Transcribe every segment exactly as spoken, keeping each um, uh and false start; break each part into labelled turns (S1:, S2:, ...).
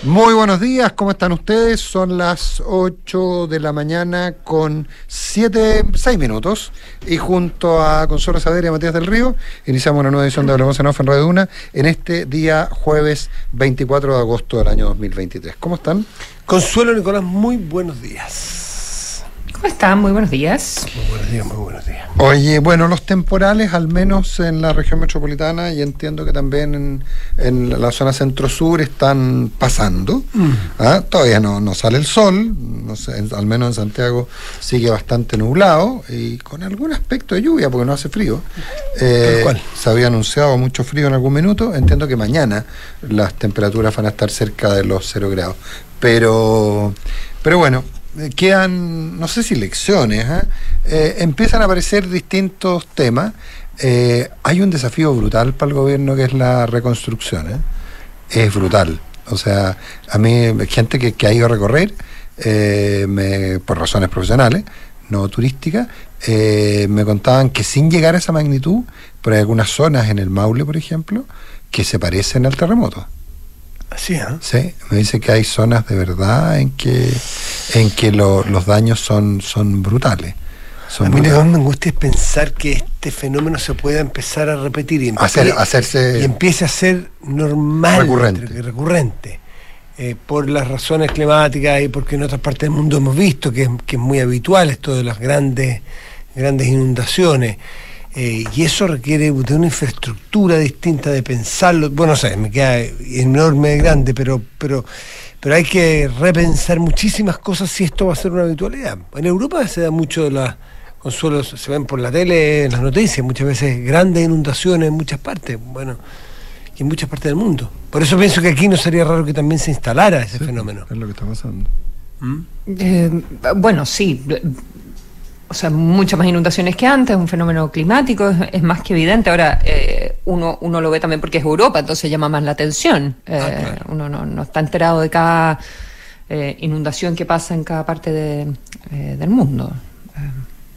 S1: Muy buenos días, ¿cómo están ustedes? Son las ocho de la mañana con siete, seis minutos y junto a Consuelo Saavedra y a Matías del Río iniciamos una nueva edición de Hablemos en Off en Radio Duna en este día jueves veinticuatro de agosto del año dos mil veintitrés. ¿Cómo están?
S2: Consuelo, Nicolás, muy buenos días.
S3: ¿Cómo están? Muy buenos días.
S2: Muy buenos días, muy buenos días.
S1: Oye, bueno, los temporales, al menos en la región metropolitana y entiendo que también en, en la zona centro-sur están pasando. Mm. ¿Ah? Todavía no, no sale el sol, no sé, en, al menos en Santiago sigue bastante nublado y con algún aspecto de lluvia porque no hace frío. Eh,
S2: ¿Cuál?
S1: Se había anunciado mucho frío en algún minuto. Entiendo que mañana las temperaturas van a estar cerca de los cero grados. Pero, pero bueno, quedan, no sé si lecciones, ¿eh? Eh, empiezan a aparecer distintos temas. Eh, hay un desafío brutal para el gobierno que es la reconstrucción, ¿eh? Es brutal. O sea, a mí, gente que, que ha ido a recorrer, eh, me, por razones profesionales, no turísticas, eh, me contaban que sin llegar a esa magnitud, pero hay algunas zonas en el Maule, por ejemplo, que se parecen al terremoto.
S2: Así, ¿eh?
S1: Sí, me dice que hay zonas de verdad en que en que lo, los daños son, son brutales. Son
S2: a mí
S1: brutales.
S2: lo que más me angustia es pensar que este fenómeno se pueda empezar a repetir y,
S1: Hacer, hacerse
S2: y empiece a ser normal,
S1: recurrente,
S2: recurrente eh, por las razones climáticas y porque en otras partes del mundo hemos visto que es, que es muy habitual esto de las grandes, grandes inundaciones. Eh, y eso requiere de una infraestructura distinta de pensarlo. Bueno, no sé, me queda enorme, grande, pero, pero, pero hay que repensar muchísimas cosas si esto va a ser una habitualidad. En Europa se da mucho de las Consuelo, se ven por la tele, en las noticias, muchas veces grandes inundaciones en muchas partes, bueno, y en muchas partes del mundo. Por eso pienso que aquí no sería raro que también se instalara ese
S1: sí,
S2: fenómeno.
S1: Es lo que está pasando.
S3: ¿Mm? Eh, bueno, sí. O sea, muchas más inundaciones que antes, un fenómeno climático, es, es más que evidente. Ahora, eh, uno, uno lo ve también porque es Europa, entonces llama más la atención. Eh, ah, claro. Uno no, no está enterado de cada eh, inundación que pasa en cada parte de, eh, del mundo. Eh,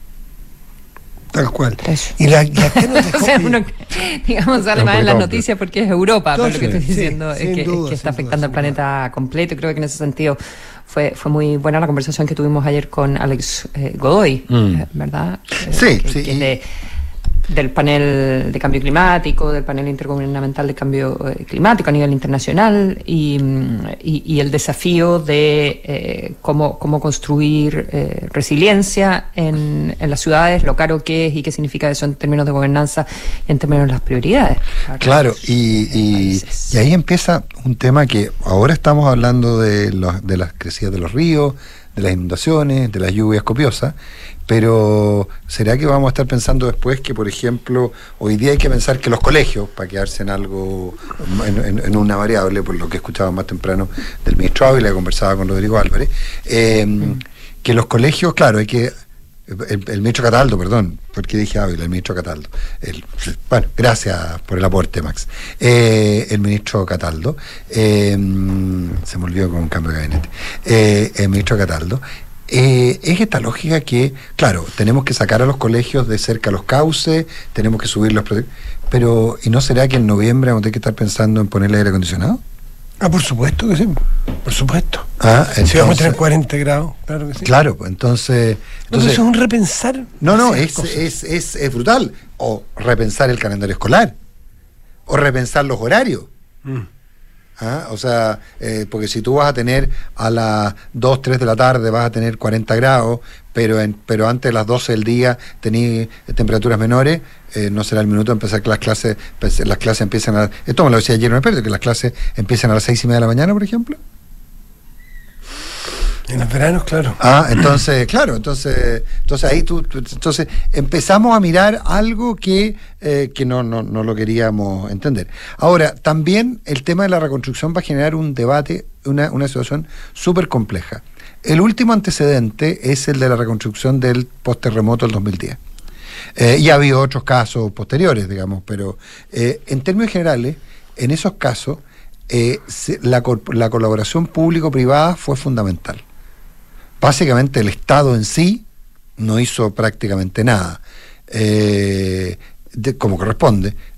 S2: Tal cual.
S3: Eso.
S2: Y la, la que nos dejó,
S3: o sea, uno, digamos, sale más en las noticias porque es Europa, pero lo que estoy diciendo
S2: sí,
S3: es, que, duda, es que está afectando duda, al planeta completo, y creo que en ese sentido fue fue muy buena la conversación que tuvimos ayer con Alex eh, Godoy, mm. eh, ¿verdad? Eh,
S1: sí,
S3: que,
S1: sí.
S3: Que de, del panel de cambio climático, del panel intergubernamental de cambio eh, climático a nivel internacional y, y, y el desafío de eh, cómo, cómo construir eh, resiliencia en, en las ciudades, lo caro que es y qué significa eso en términos de gobernanza y en términos de las prioridades.
S1: Claro, y, y, y ahí empieza un tema que ahora estamos hablando de, los, de las crecidas de los ríos, de las inundaciones, de las lluvias copiosas, pero ¿será que vamos a estar pensando después que, por ejemplo, hoy día hay que pensar que los colegios, para quedarse en algo, en, en, en una variable, por lo que escuchaba más temprano del ministro Ávila, que conversaba con Rodrigo Álvarez, eh, mm. que los colegios, claro, hay que... El, el ministro Cataldo, perdón, porque dije Ávila, el ministro Cataldo. El, bueno, gracias por el aporte, Max. Eh, el ministro Cataldo, eh, se me olvidó con un cambio de gabinete. Eh, el ministro Cataldo, eh, es esta lógica que, claro, tenemos que sacar a los colegios de cerca los cauces, tenemos que subir los... Pero, ¿y no será que en noviembre vamos a tener que estar pensando en ponerle aire acondicionado?
S2: Ah, por supuesto que sí, por supuesto.
S1: Ah, entonces,
S2: si vamos a tener cuarenta grados, claro que sí.
S1: Claro, pues entonces... entonces
S2: eso es un repensar.
S1: No, no, es, es, es, es brutal. O repensar el calendario escolar, o repensar los horarios. Mm. ¿Ah? O sea, eh, porque si tú vas a tener a las dos, tres de la tarde, vas a tener cuarenta grados, pero en, pero antes de las doce del día tenés temperaturas menores, eh, no será el minuto de empezar que las clases, las clases empiezan a... Esto me lo decía ayer un experto, que las clases empiezan a las seis y media de la mañana, por ejemplo.
S2: En los veranos, claro.
S1: Ah, entonces, claro, entonces, entonces ahí tú, tú entonces empezamos a mirar algo que, eh, que no, no, no lo queríamos entender. Ahora, también el tema de la reconstrucción va a generar un debate, una, una situación súper compleja. El último antecedente es el de la reconstrucción del post-terremoto del dos mil diez. Eh, y ha habido otros casos posteriores, digamos, pero eh, en términos generales, en esos casos, eh, se, la, la colaboración público-privada fue fundamental. Básicamente el Estado en sí no hizo prácticamente nada, eh, de, como corresponde.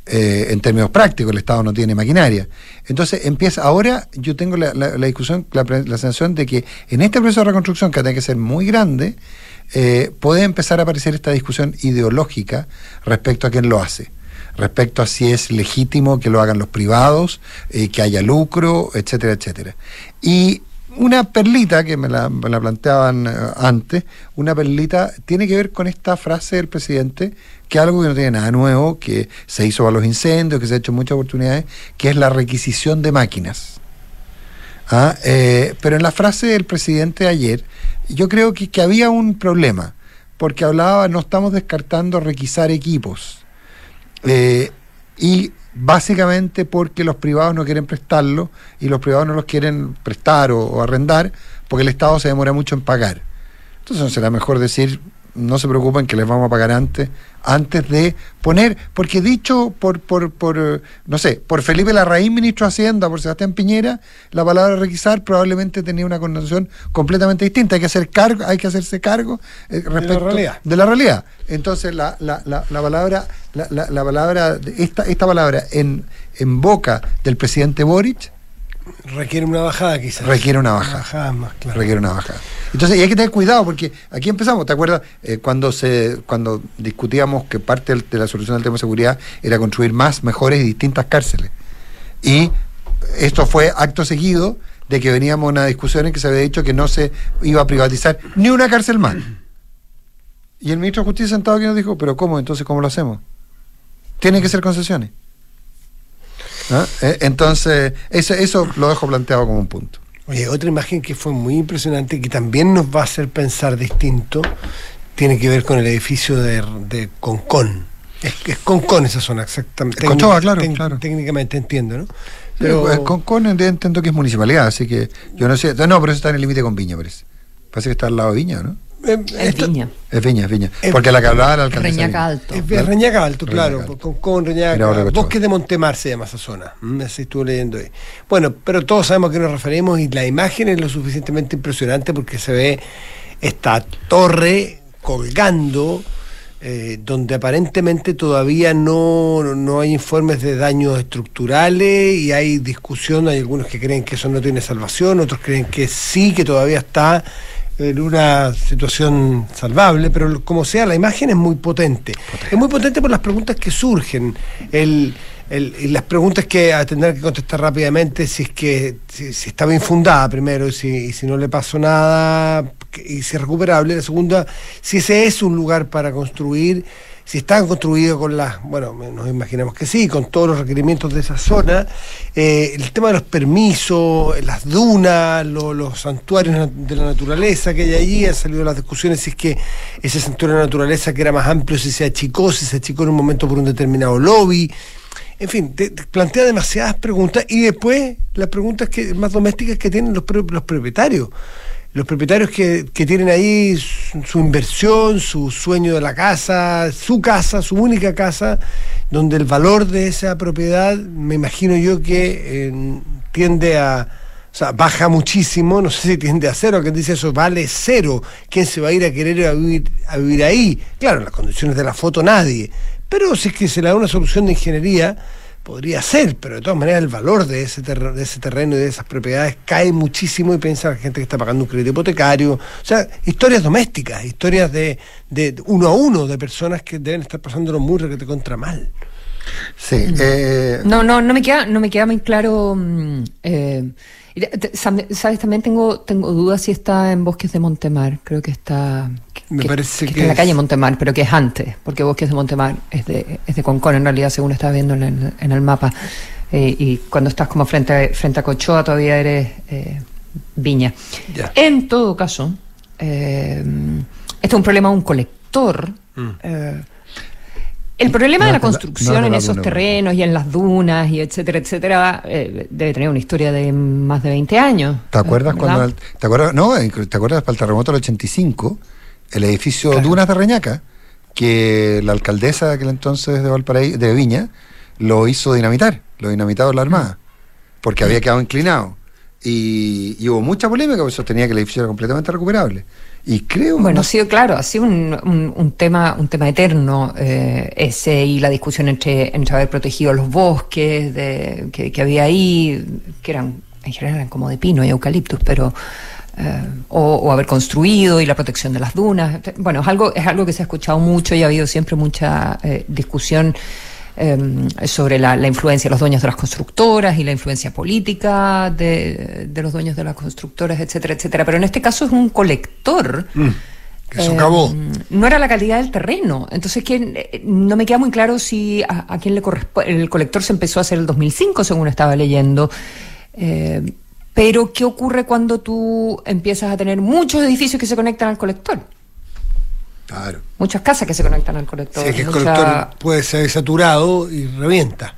S1: eh, en términos prácticos, el Estado no tiene maquinaria. Entonces empieza, ahora yo tengo la, la, la discusión, la, la sensación de que en este proceso de reconstrucción, que tiene que ser muy grande, eh, puede empezar a aparecer esta discusión ideológica respecto a quién lo hace, respecto a si es legítimo que lo hagan los privados, eh, que haya lucro, etcétera, etcétera. Y una perlita que me la, me la planteaban eh, antes, una perlita tiene que ver con esta frase del presidente, que es algo que no tiene nada nuevo, que se hizo para los incendios, que se ha hecho en muchas oportunidades, que es la requisición de máquinas. ¿Ah? Eh, pero en la frase del presidente de ayer, yo creo que, que había un problema, porque hablaba, no estamos descartando requisar equipos, eh, y básicamente porque los privados no quieren prestarlo y los privados no los quieren prestar o, o arrendar porque el Estado se demora mucho en pagar. Entonces no será mejor decir, no se preocupen que les vamos a pagar antes, antes de poner, porque dicho por, por, por no sé, por Felipe Larraín, ministro de Hacienda, por Sebastián Piñera, la palabra requisar probablemente tenía una connotación completamente distinta. Hay que hacer cargo, hay que hacerse cargo eh, respecto
S2: de la realidad.
S1: De la realidad. Entonces la, la, la, la palabra, la, la, la palabra, esta, esta palabra en, en boca del presidente Boric
S2: requiere una bajada, quizás.
S1: Requiere una bajada.
S2: Una bajada más, claro.
S1: Requiere una bajada. Entonces, y hay que tener cuidado, porque aquí empezamos, ¿te acuerdas? Eh, cuando se cuando discutíamos que parte del, de la solución del tema de seguridad era construir más, mejores y distintas cárceles. Y esto fue acto seguido de que veníamos a una discusión en que se había dicho que no se iba a privatizar ni una cárcel más. Y el ministro de Justicia sentado aquí nos dijo, ¿pero cómo? Entonces, ¿cómo lo hacemos? Tienen que ser concesiones. ¿Ah? Eh, entonces, eso, eso lo dejo planteado como un punto.
S2: Oye, otra imagen que fue muy impresionante y que también nos va a hacer pensar distinto, tiene que ver con el edificio de, de Concón. Es, es Concón esa zona, exactamente.
S1: Conchoa, claro, claro.
S2: Técnicamente entiendo, ¿no?
S1: Pero pues, Concón entiendo que es municipalidad, así que yo no sé. No, pero eso está en el límite con Viña, parece. Parece que está al lado de Viña, ¿no?
S2: Eh,
S3: es
S2: esto,
S3: Viña.
S1: Es Viña, es Viña. Eh, Porque la que hablaba era alcaldesa.
S3: Reñaca Alto.
S2: Es, es Reñaca Alto, claro.
S1: Reñaca Alto.
S2: Con, con Reñaca. Bosque de Montemar se llama esa zona. ¿Mm? Así estuve leyendo ahí. Bueno, pero todos sabemos a qué nos referimos y la imagen es lo suficientemente impresionante porque se ve esta torre colgando, eh, donde aparentemente todavía no, no hay informes de daños estructurales y hay discusión. Hay algunos que creen que eso no tiene salvación, otros creen que sí, que todavía está en una situación salvable, pero como sea, la imagen es muy potente. potente. Es muy potente por las preguntas que surgen, el, el, y las preguntas que a tener que contestar rápidamente, si es que si, si estaba infundada primero, y si, y si no le pasó nada, y si es recuperable. La segunda, si ese es un lugar para construir, si están construidos con las, bueno, nos imaginamos que sí, con todos los requerimientos de esa zona, eh, el tema de los permisos, las dunas, lo, los santuarios de la naturaleza que hay allí, han salido las discusiones si es que ese santuario de la naturaleza que era más amplio, si se achicó, si se achicó en un momento por un determinado lobby. En fin, te, te plantea demasiadas preguntas y después las preguntas que más domésticas que tienen los, los propietarios. Los propietarios que, que tienen ahí su, su inversión, su sueño de la casa, su casa, su única casa, donde el valor de esa propiedad, me imagino yo que eh, tiende a, o sea, baja muchísimo, no sé si tiende a cero, que dice eso vale cero, ¿quién se va a ir a querer a vivir, a vivir ahí? Claro, en las condiciones de la foto nadie, pero si es que se le da una solución de ingeniería, podría ser, pero de todas maneras el valor de ese, ter- de ese terreno y de esas propiedades cae muchísimo y piensa la gente que está pagando un crédito hipotecario. O sea, historias domésticas, historias de, de uno a uno de personas que deben estar pasándolo muy requete contra mal.
S1: Sí. Eh...
S3: No, no, no me queda, no me queda muy claro. Eh, sabes, también tengo, tengo dudas si está en Bosques de Montemar. Creo que está.
S2: Me
S3: que,
S2: parece
S3: que,
S2: que
S3: está en la
S2: es...
S3: calle Montemar, pero que es antes, porque Bosques de Montemar es de, es de Concón, en realidad, según estaba viendo en el, en el mapa. Eh, y cuando estás como frente a, frente a Cochoa, todavía eres eh, Viña.
S2: Yeah.
S3: En todo caso, eh, este es un problema de un colector. Mm. Eh, El problema no, de la construcción no, no, en esos duna, terrenos y en las dunas y etcétera, etcétera, eh, debe tener una historia de más de veinte años.
S1: ¿Te acuerdas ¿verdad? cuando, te acuerdas, no, te acuerdas para el terremoto del ochenta y cinco, el edificio claro. Dunas de Reñaca, que la alcaldesa de aquel entonces de Valparaíso, de Viña, lo hizo dinamitar, lo dinamitado la Armada, porque había quedado inclinado. Y, y hubo mucha polémica porque sostenía que el edificio era completamente recuperable. Y creo...
S3: Bueno,
S1: no,
S3: ha sido, claro, ha sido un, un, un tema un tema eterno, eh, ese y la discusión entre, entre haber protegido los bosques de, que, que había ahí, que eran, en general eran como de pino y eucaliptus, pero... Eh, o, o haber construido y la protección de las dunas. Bueno, es algo, es algo que se ha escuchado mucho y ha habido siempre mucha eh, discusión eh, sobre la, la influencia de los dueños de las constructoras y la influencia política de, de los dueños de las constructoras, etcétera, etcétera. Pero en este caso es un colector.
S2: Mm, que eso acabó.
S3: Eh, no era la calidad del terreno. Entonces, que no me queda muy claro si a, a quién le corresponde. El colector se empezó a hacer en el dos mil cinco, según estaba leyendo. Eh, Pero, ¿qué ocurre cuando tú empiezas a tener muchos edificios que se conectan al colector?
S1: Claro.
S3: Muchas casas que se conectan al colector.
S2: Sí, es que
S3: mucha...
S2: el colector puede ser saturado y revienta.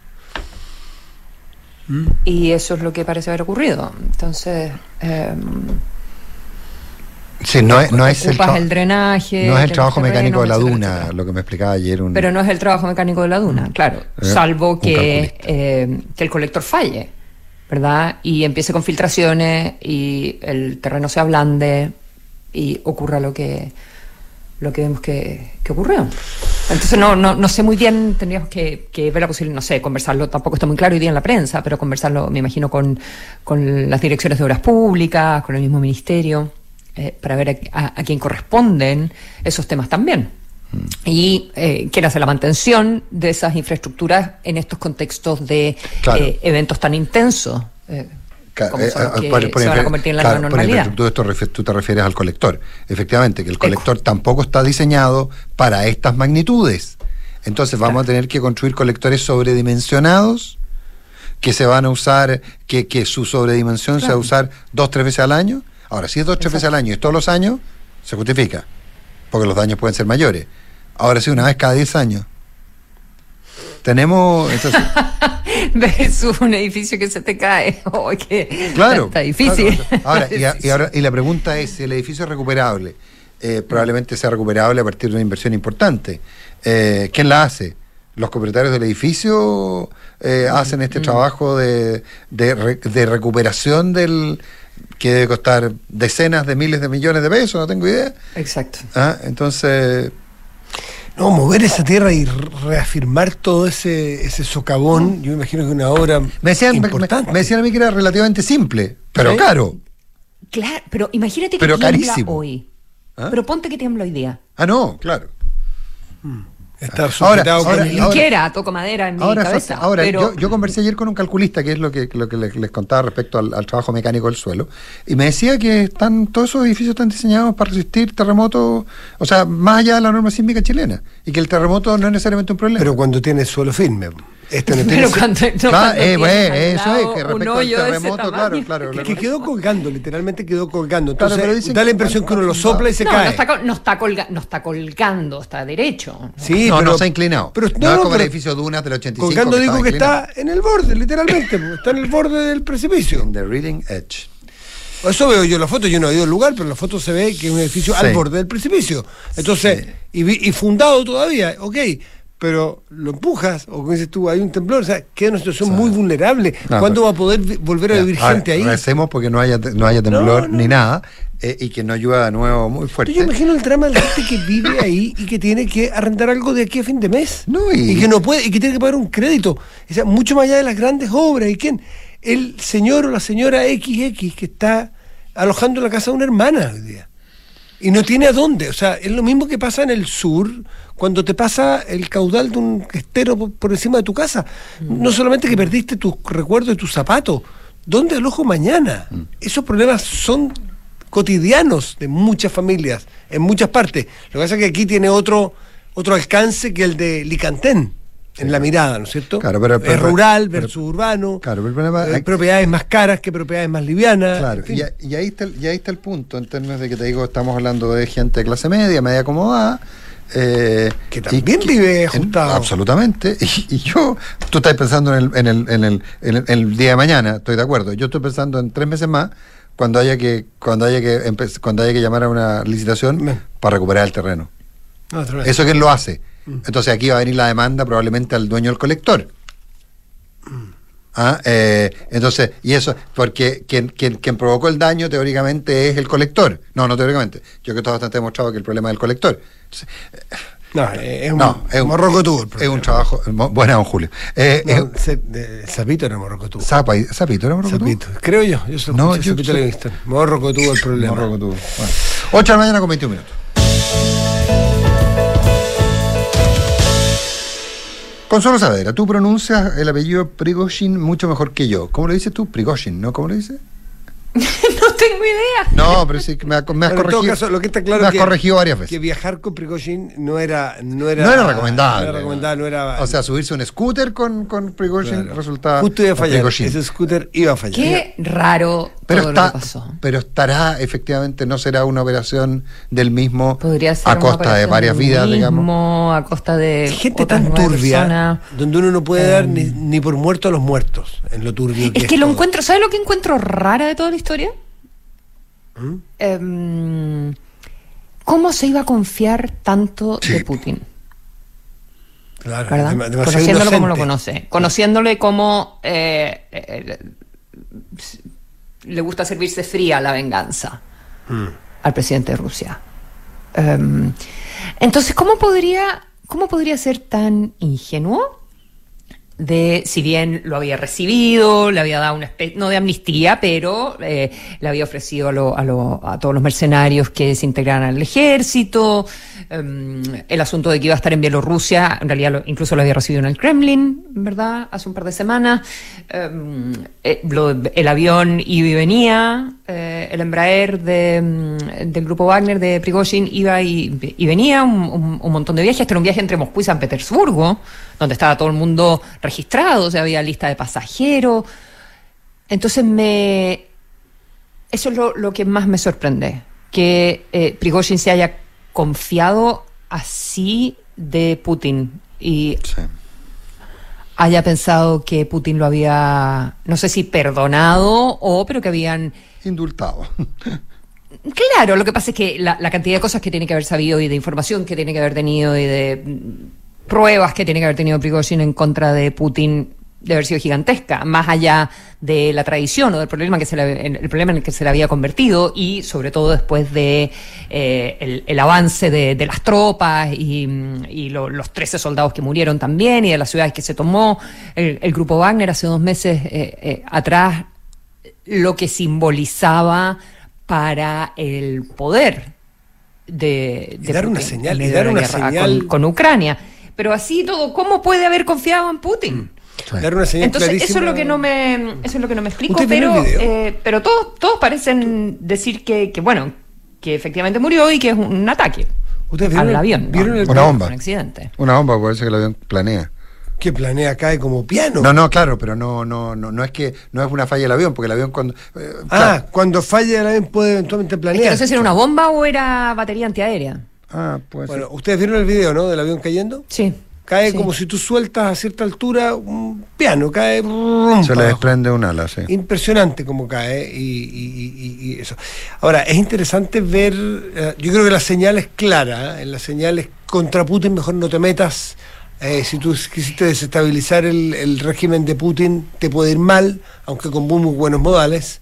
S3: ¿Mm? Y eso es lo que parece haber ocurrido. Entonces... Eh,
S1: sí, no es, no es el,
S3: el drenaje...
S1: No es el trabajo
S3: terreno,
S1: mecánico de la
S3: etcétera,
S1: duna,
S3: etcétera.
S1: lo que me explicaba ayer. Un...
S3: Pero no es el trabajo mecánico de la duna, claro.
S1: Eh,
S3: salvo que,
S1: calculista.
S3: eh, que el colector falle, ¿verdad? Y empiece con filtraciones y el terreno se ablande y ocurra lo que lo que vemos que, que ocurrió. Entonces no, no, no sé muy bien, tendríamos que, que ver la posibilidad, no sé, conversarlo, tampoco está muy claro hoy día en la prensa, pero conversarlo, me imagino, con, con las direcciones de obras públicas, con el mismo ministerio, eh, para ver a, a, a quién corresponden esos temas también. Y eh, quién hace la mantención de esas infraestructuras en estos contextos de
S1: Claro.
S3: eh, eventos tan intensos eh,
S1: Claro,
S3: como son los
S1: eh,
S3: que
S1: por- por
S3: se van a
S1: infra-
S3: convertir en la
S1: claro,
S3: nueva
S1: por
S3: normalidad.
S1: infraestructura, esto refi- tú te refieres al colector. Efectivamente, que el colector tampoco está diseñado para estas magnitudes. Entonces vamos
S3: Claro.
S1: a tener que construir colectores sobredimensionados que se van a usar, que, que su sobredimensión se va a
S3: Claro.
S1: usar dos, tres veces al año. Ahora, si es dos, tres veces al año y todos los años, se justifica, porque los daños pueden ser mayores. Ahora sí, una vez cada diez años. Tenemos... Entonces,
S3: Versus un edificio que se te cae. Oh, que
S1: claro.
S3: está difícil.
S1: Claro. Ahora, y, a- y ahora, y la pregunta es, si el edificio es recuperable, eh, probablemente sea recuperable a partir de una inversión importante. Eh, ¿Quién la hace? ¿Los propietarios del edificio eh, hacen este
S3: Mm.
S1: trabajo de, de, re- de recuperación del que debe costar decenas de miles de millones de pesos? No tengo idea.
S3: Exacto.
S1: Ah, entonces...
S2: No, mover esa tierra y reafirmar todo ese, ese socavón, yo me imagino que es una obra
S1: Me decían, me,
S2: importante.
S1: me decían a mí que era relativamente simple, pero
S2: ¿Sí?
S1: caro.
S3: Claro, pero imagínate que
S1: Pero
S3: tiembla
S1: carísimo.
S3: hoy.
S1: ¿Ah?
S3: Pero ponte que tiembla hoy día.
S1: Ah, no, claro.
S2: Estar
S1: Ahora,
S2: sujetado
S1: ahora,
S2: con
S3: Ni
S2: el...
S1: ahora-
S3: siquiera toco madera en mi
S1: Ahora,
S3: cabeza.
S1: falta- ahora
S3: pero...
S1: yo, yo conversé ayer con un calculista, que es lo que, lo que les, les contaba respecto al, al trabajo mecánico del suelo, y me decía que están todos esos edificios están diseñados para resistir terremotos, o sea, más allá de la norma sísmica chilena, y que el terremoto no es necesariamente un problema.
S2: Pero cuando tiene suelo firme. Este no tiene
S3: Pero
S2: su-
S3: cuando, no,
S1: Claro,
S3: cuando
S1: eh,
S3: tienes
S1: bueno,
S3: al
S1: eso es,
S3: lado
S1: que
S3: un
S1: respecto al
S3: hoyo de ese
S1: terremoto, claro,
S3: tamaño.
S1: claro.
S2: Es que quedó colgando, literalmente quedó colgando. Entonces,
S1: Claro, pero dicen
S2: da la
S1: que
S2: impresión que uno lo
S1: cuando-
S2: sopla y se
S3: no,
S2: cae.
S3: no está, col- no, está colga- no está colgando, está derecho.
S2: Sí,
S1: no,
S2: pero,
S1: no se ha inclinado.
S2: Pero,
S1: no,
S2: no,
S1: es
S2: no,
S1: como
S2: pero
S1: el edificio Dunas del ochenta y cinco.
S2: colgando digo que
S1: estaba
S2: está en el borde, literalmente. pues, está en el borde del precipicio.
S1: inclinado. In the reading edge.
S2: Eso veo yo en la foto, yo no he ido al lugar, pero en la foto se ve que es un edificio
S1: Sí.
S2: al borde del precipicio. Entonces,
S1: Sí.
S2: y, vi- y fundado todavía, ok, pero lo empujas, o como dices tú, hay un temblor, o sea, queda en una situación
S1: Sí.
S2: muy vulnerable.
S1: No,
S2: ¿Cuándo
S1: pero-
S2: va a poder vi- volver a vivir
S1: Ahora,
S2: gente ahí?
S1: Recemos porque no haya, no haya temblor
S2: No, no.
S1: ni nada, eh, y que no llueva de nuevo muy fuerte.
S2: Yo imagino el drama de la gente que vive ahí y que tiene que arrendar algo de aquí a fin de mes.
S1: No, y-
S2: que no puede, y que tiene que pagar un crédito. O sea, mucho más allá de las grandes obras. ¿Y quién? El señor o la señora equis equis que está alojando en la casa de una hermana hoy día. Y no tiene a dónde. O sea, es lo mismo que pasa en el sur, cuando te pasa el caudal de un estero por, por encima de tu casa. No solamente que perdiste tus recuerdos de tus zapatos, ¿dónde alojo mañana? Esos problemas son cotidianos de muchas familias, en muchas partes. Lo que pasa es que aquí tiene otro, otro alcance que el de Licantén, en la mirada, ¿no es cierto?
S1: Claro, pero- pero-
S2: es rural
S1: pero-
S2: versus urbano,
S1: Claro, pero el problema
S2: eh,
S1: hay-
S2: propiedades más caras que propiedades más livianas.
S1: Claro,
S2: en fin.
S1: y, a- y ahí está el, y ahí está el punto, en términos de que te digo, estamos hablando de gente de clase media, media acomodada. Eh,
S2: Que
S1: y
S2: también vive ajustado.
S1: en- absolutamente. Y, y yo, tú estás pensando en el, en, el, en, el, en, el, en el día de mañana, estoy de acuerdo. Yo estoy pensando en tres meses más, cuando haya que cuando haya que empe- cuando haya que llamar a una licitación
S2: Bien.
S1: para recuperar el terreno.
S2: No, otra vez.
S1: ¿Eso quién lo hace? Entonces aquí va a venir la demanda probablemente al dueño del colector. ¿Ah? Eh, entonces, y eso, porque quien, quien, quien provocó el daño teóricamente es el colector. No, no teóricamente. Yo creo que está bastante demostrado que el problema es el colector. Entonces,
S2: No, es un,
S1: no, es un
S2: morrocotú.
S1: Es un trabajo. Buena, don Julio. Eh,
S2: No,
S1: es,
S2: se- de- Zapito era morrocotú.
S1: Zapa, ¿Zapito era morrocotú?
S2: Zapito. Creo yo. Yo soy
S1: No,
S2: no,
S1: yo
S2: Zapito
S1: soy-
S2: Livingston. Morrocotú el problema.
S1: Morrocotú. Bueno. ocho de la mañana con veintiún minutos. Consuelo Saavedra, tú pronuncias el apellido Prigozhin mucho mejor que yo. ¿Cómo lo dices tú? Prigozhin, ¿no? ¿Cómo lo dices?
S3: No tengo idea.
S1: No, pero sí que me, ha- me has
S2: Bueno, en todo
S1: corregido.
S2: caso, lo que está claro
S1: me has
S2: que-
S1: corregido varias veces.
S2: Que viajar con Prigozhin no era, no era,
S1: No era recomendable.
S2: No era recomendable, no era.
S1: O sea, subirse un scooter con, con Prigozhin
S2: claro.
S1: resultaba.
S2: Justo iba a
S1: con
S2: fallar.
S1: Prigozhin.
S2: Ese scooter iba a fallar.
S3: Qué raro
S1: Pero,
S3: todo lo
S1: está,
S3: que pasó.
S1: pero estará, efectivamente, no será una operación del mismo
S3: Podría ser
S1: a
S3: una
S1: costa de
S3: operación
S1: varias
S3: del
S1: vidas, digamos.
S3: mismo, a costa de
S2: Hay gente
S3: otras
S2: tan
S3: nueve
S2: turbia,
S3: personas.
S2: donde uno no puede dar
S3: Em.
S2: ni, ni por muerto a los muertos, en lo turbio que
S3: Es
S2: es
S3: que lo
S2: todo.
S3: encuentro, ¿sabes lo que encuentro rara de toda la historia?
S2: ¿Mm?
S3: Em, ¿Cómo se iba a confiar tanto
S1: Sí.
S3: de Putin?
S2: Claro,
S3: ¿Verdad?
S2: dem- demasiado
S3: Conociéndolo como lo
S2: inocente.
S3: conoce, conociéndole como eh, eh, le gusta servirse fría la venganza
S2: Mm.
S3: al presidente de Rusia. Em, entonces, ¿cómo podría, cómo podría ser tan ingenuo? De, si bien lo había recibido, le había dado una especie, no de amnistía, pero eh, le había ofrecido a, lo, a, lo, a todos los mercenarios que se integraran al ejército, um, el asunto de que iba a estar en Bielorrusia, en realidad lo, incluso lo había recibido en el Kremlin, ¿verdad? Hace un par de semanas, um, eh, lo, el avión iba y venía, eh, el Embraer de, um, del grupo Wagner de Prigozhin iba y, y venía, un, un, un montón de viajes, este era un viaje entre Moscú y San Petersburgo, donde estaba todo el mundo registrado, o sea, había lista de pasajeros. Entonces me... Eso es lo, lo que más me sorprende, que eh, Prigozhin se haya confiado así de Putin y
S1: Sí.
S3: haya pensado que Putin lo había, no sé si perdonado o, pero que habían...
S1: Indultado.
S3: Claro, lo que pasa es que la, la cantidad de cosas que tiene que haber sabido y de información que tiene que haber tenido y de mm, pruebas que tiene que haber tenido Prigozhin en contra de Putin de haber sido gigantesca, más allá de la tradición o del problema que se le, el problema en el que se le había convertido y sobre todo después de eh, el, el avance de, de las tropas y, y lo, los trece soldados que murieron también y de las ciudades que se tomó el, el grupo Wagner hace dos meses eh, eh, atrás, lo que simbolizaba para el poder de, de
S2: Y dar una
S3: Putin
S2: señal,
S3: en
S2: y
S3: medio
S2: dar
S3: de la
S2: una
S3: guerra
S2: señal-
S3: con, con Ucrania. Pero así todo, ¿cómo puede haber confiado en Putin?
S1: Sí.
S2: Dar una señal
S3: Entonces,
S2: clarísima.
S3: eso es lo que no me, eso es lo que no me explico,
S2: ¿Usted vio
S3: pero,
S2: el video?
S3: eh, pero todos, todos parecen decir que, que, bueno, que efectivamente murió y que es un ataque
S2: ¿Ustedes
S3: al
S2: vieron el-
S3: avión. ¿no?
S2: vieron el-
S1: Una bomba.
S3: Un accidente.
S1: Una bomba, parece que el avión planea.
S2: Que planea cae como piano.
S1: No, no, claro, pero no, no, no, no es que no es una falla del avión, porque el avión cuando. eh,
S2: Ah,
S1: claro.
S2: cuando falla el avión puede eventualmente
S3: Es
S2: planear.
S3: que no sé si era una bomba o era batería antiaérea.
S1: Ah, pues.
S2: Bueno, ¿ustedes vieron el video, no? Del avión cayendo.
S3: Sí.
S2: Cae
S3: sí.
S2: como si tú sueltas a cierta altura un piano, cae.
S1: se
S2: para
S1: le
S2: abajo.
S1: desprende un ala, sí.
S2: Impresionante como cae y, y- y- y eso. Ahora, es interesante ver, eh, yo creo que la señal es clara, ¿eh? En la señal es contra Putin mejor no te metas, eh, si tú quisiste desestabilizar el, el régimen de Putin te puede ir mal, aunque con muy, muy buenos modales,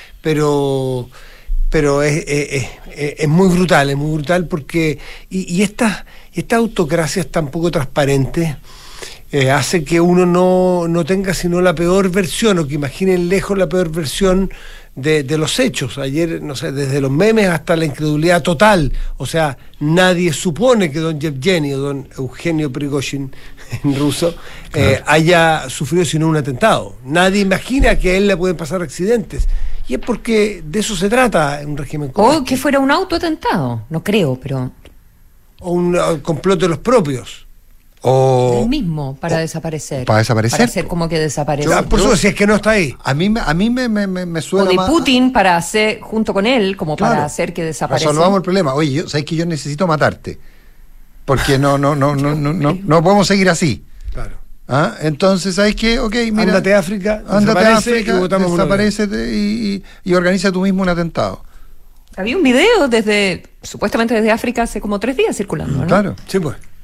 S2: pero pero es, es, es- es muy brutal, es muy brutal porque, y, y estas estas autocracias tan poco transparentes, eh, hace que uno no, no tenga sino la peor versión, o que imagine lejos la peor versión de, de los hechos. Ayer, no sé, desde los memes hasta la incredulidad total. O sea, nadie supone que don Yevgeny o don Eugenio Prigozhin, en ruso, eh, haya sufrido sino un atentado. Nadie imagina que a él le pueden pasar accidentes. Y es porque de eso se trata en un régimen como
S3: O
S2: este.
S3: que fuera un autoatentado. No creo, pero
S2: O un uh, complot de los propios.
S1: O.
S3: el mismo para
S1: o-
S3: desaparecer.
S1: para desaparecer,
S3: Para hacer
S1: po.
S3: como que desaparece.
S2: Ah, por eso, si es que no está ahí.
S1: A mí, me- a mí me, me, me, me
S3: O
S1: suena.
S3: de
S1: más-
S3: Putin para hacer, junto con él, como para
S1: Claro.
S3: hacer que desaparezca.
S1: Resolvamos el problema. Oye, yo, ¿sabes que yo necesito matarte? Porque no, no, no, no, no, no, no podemos seguir así.
S2: Claro.
S1: ¿Ah? Entonces, ¿sabes qué? Ok, mira.
S2: Ándate a África,
S1: Ándate a
S2: desaparece
S1: África,
S2: y votamos uno
S1: desaparécete y, y, y organiza tú mismo un atentado.
S3: Había un video desde, supuestamente desde África, hace como tres días circulando, ¿no?
S1: Claro.
S2: Sí, pues.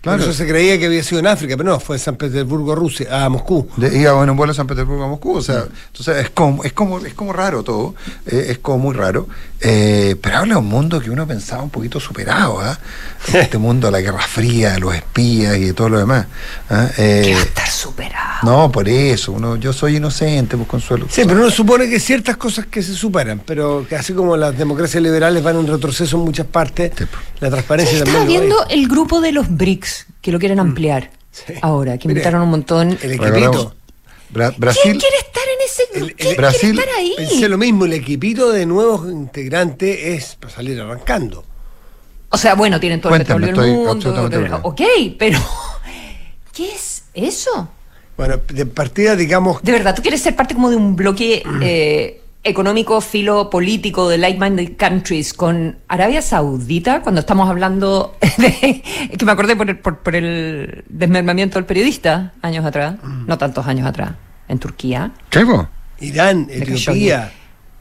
S2: Claro. Por eso se creía que había sido en África, pero no, fue de San Petersburgo a Rusia, a Moscú.
S1: De, iba en un vuelo de San Petersburgo a Moscú, o sea, entonces es como, es como, es como raro todo, eh, es como muy raro, eh, pero habla de un mundo que uno pensaba un poquito superado, ¿eh? Este mundo de la Guerra Fría, de los espías y de todo lo demás. ¿eh? Eh,
S3: que va a estar superado.
S1: No, por eso, uno, yo soy inocente, pues Consuelo.
S2: Sí, pero uno supone que ciertas cosas que se superan, pero que así como las democracias liberales van en retroceso en muchas partes, sí, la transparencia
S3: sí,
S2: también.
S3: Estaba viendo el grupo de los B R I C S, que lo quieren ampliar sí. ahora, que invitaron Mire, un montón.
S2: El equipito.
S1: Bra Brasil,
S3: ¿Quién quiere estar en ese grupo? ¿Quién
S1: Brasil,
S3: quiere estar ahí?
S2: Pensé lo mismo, el equipito de nuevos integrantes es para salir arrancando.
S3: O sea, bueno, tienen todo
S1: Cuéntame,
S3: el petróleo del mundo, pero, ok, pero ¿qué es eso?
S2: Bueno, de partida, digamos...
S3: De verdad, ¿tú quieres ser parte como de un bloque eh, económico, filo político de like-minded countries con Arabia Saudita, cuando estamos hablando de... que me acordé por el, por, por el desmembramiento del periodista años atrás, mm. no tantos años atrás, en Turquía.
S1: ¿Qué vos?
S2: Irán, Etiopía...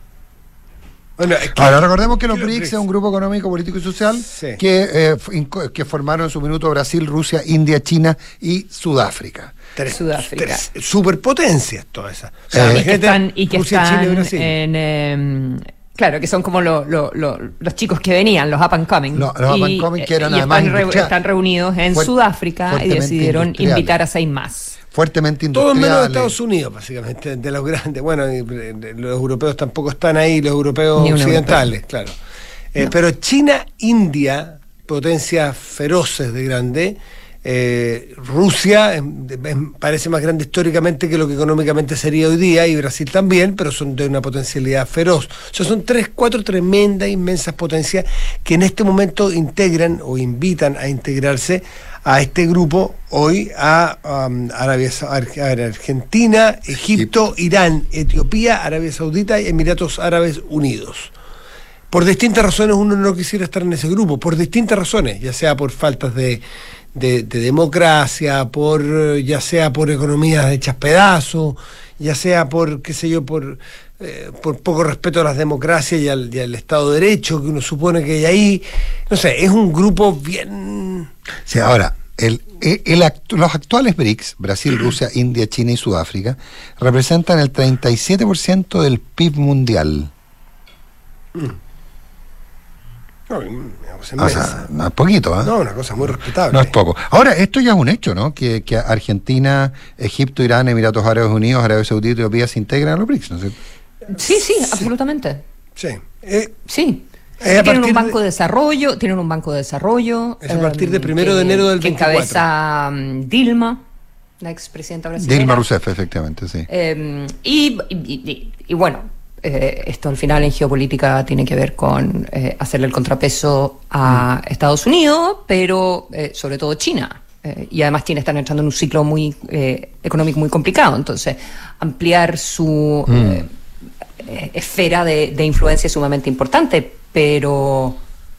S1: Bueno, es que, ahora recordemos que los B R I C S es un grupo económico, político y social sí. que, eh, que formaron en su minuto Brasil, Rusia, India, China y Sudáfrica.
S3: Tres, Sudáfrica.
S2: Tres superpotencias todas esas. O sea,
S3: eh, y que están, y que Rusia, están Chile, Brasil. en... Eh, claro, que son como lo, lo, lo, los chicos que venían, los up and coming.
S1: No, los
S3: y,
S1: up and coming que eran
S3: y
S1: además
S3: están, re, están reunidos en Fuert, Sudáfrica y decidieron invitar a seis más.
S1: Fuertemente industriales.
S2: Todos menos de Estados Unidos, básicamente, de los grandes. Bueno, los europeos tampoco están ahí, los europeos occidentales, europeo. claro. Eh, no. Pero China, India, potencias feroces de grande, eh, Rusia eh, eh, parece más grande históricamente que lo que económicamente sería hoy día, y Brasil también, pero son de una potencialidad feroz. O sea, son tres, cuatro tremendas, inmensas potencias que en este momento integran o invitan a integrarse a este grupo hoy a um, Arabia, a Argentina, Egipto, Irán, Etiopía, Arabia Saudita y Emiratos Árabes Unidos. Por distintas razones uno no quisiera estar en ese grupo, por distintas razones, ya sea por faltas de, de, de democracia, por ya sea por economías hechas pedazos, ya sea por, qué sé yo, por, eh, por poco respeto a las democracias y al, y al Estado de Derecho que uno supone que hay ahí. No sé, es un grupo bien...
S1: Sí, ahora, el, el, el actu los actuales B R I C S, Brasil, Rusia, India, China y Sudáfrica, representan el treinta y siete por ciento del P I B mundial.
S2: Mm. No, una cosa
S1: o sea, no es poquito, ¿eh?
S2: No, una cosa muy respetable.
S1: No es poco. Ahora, esto ya es un hecho, ¿no? Que, que Argentina, Egipto, Irán, Emiratos Árabes Unidos, Arabia Saudita y Etiopía se integran a los B R I C S, ¿no es cierto?
S3: Sí, sí, absolutamente.
S2: Sí. Eh,
S3: sí. Eh, tienen un banco de, de desarrollo, tienen un banco de desarrollo.
S2: Es a partir eh, de primero que, de enero del
S3: que
S2: veinticuatro.
S3: Encabeza um, Dilma, la expresidenta brasileña.
S1: Dilma Rousseff, efectivamente, sí.
S3: Eh, y, y, y, y bueno, eh, esto al final en geopolítica tiene que ver con eh, hacerle el contrapeso a mm. Estados Unidos, pero eh, sobre todo China. Eh, y además China está entrando en un ciclo muy eh, económico muy complicado, entonces ampliar su mm. eh, eh, esfera de, de influencia es sumamente importante, pero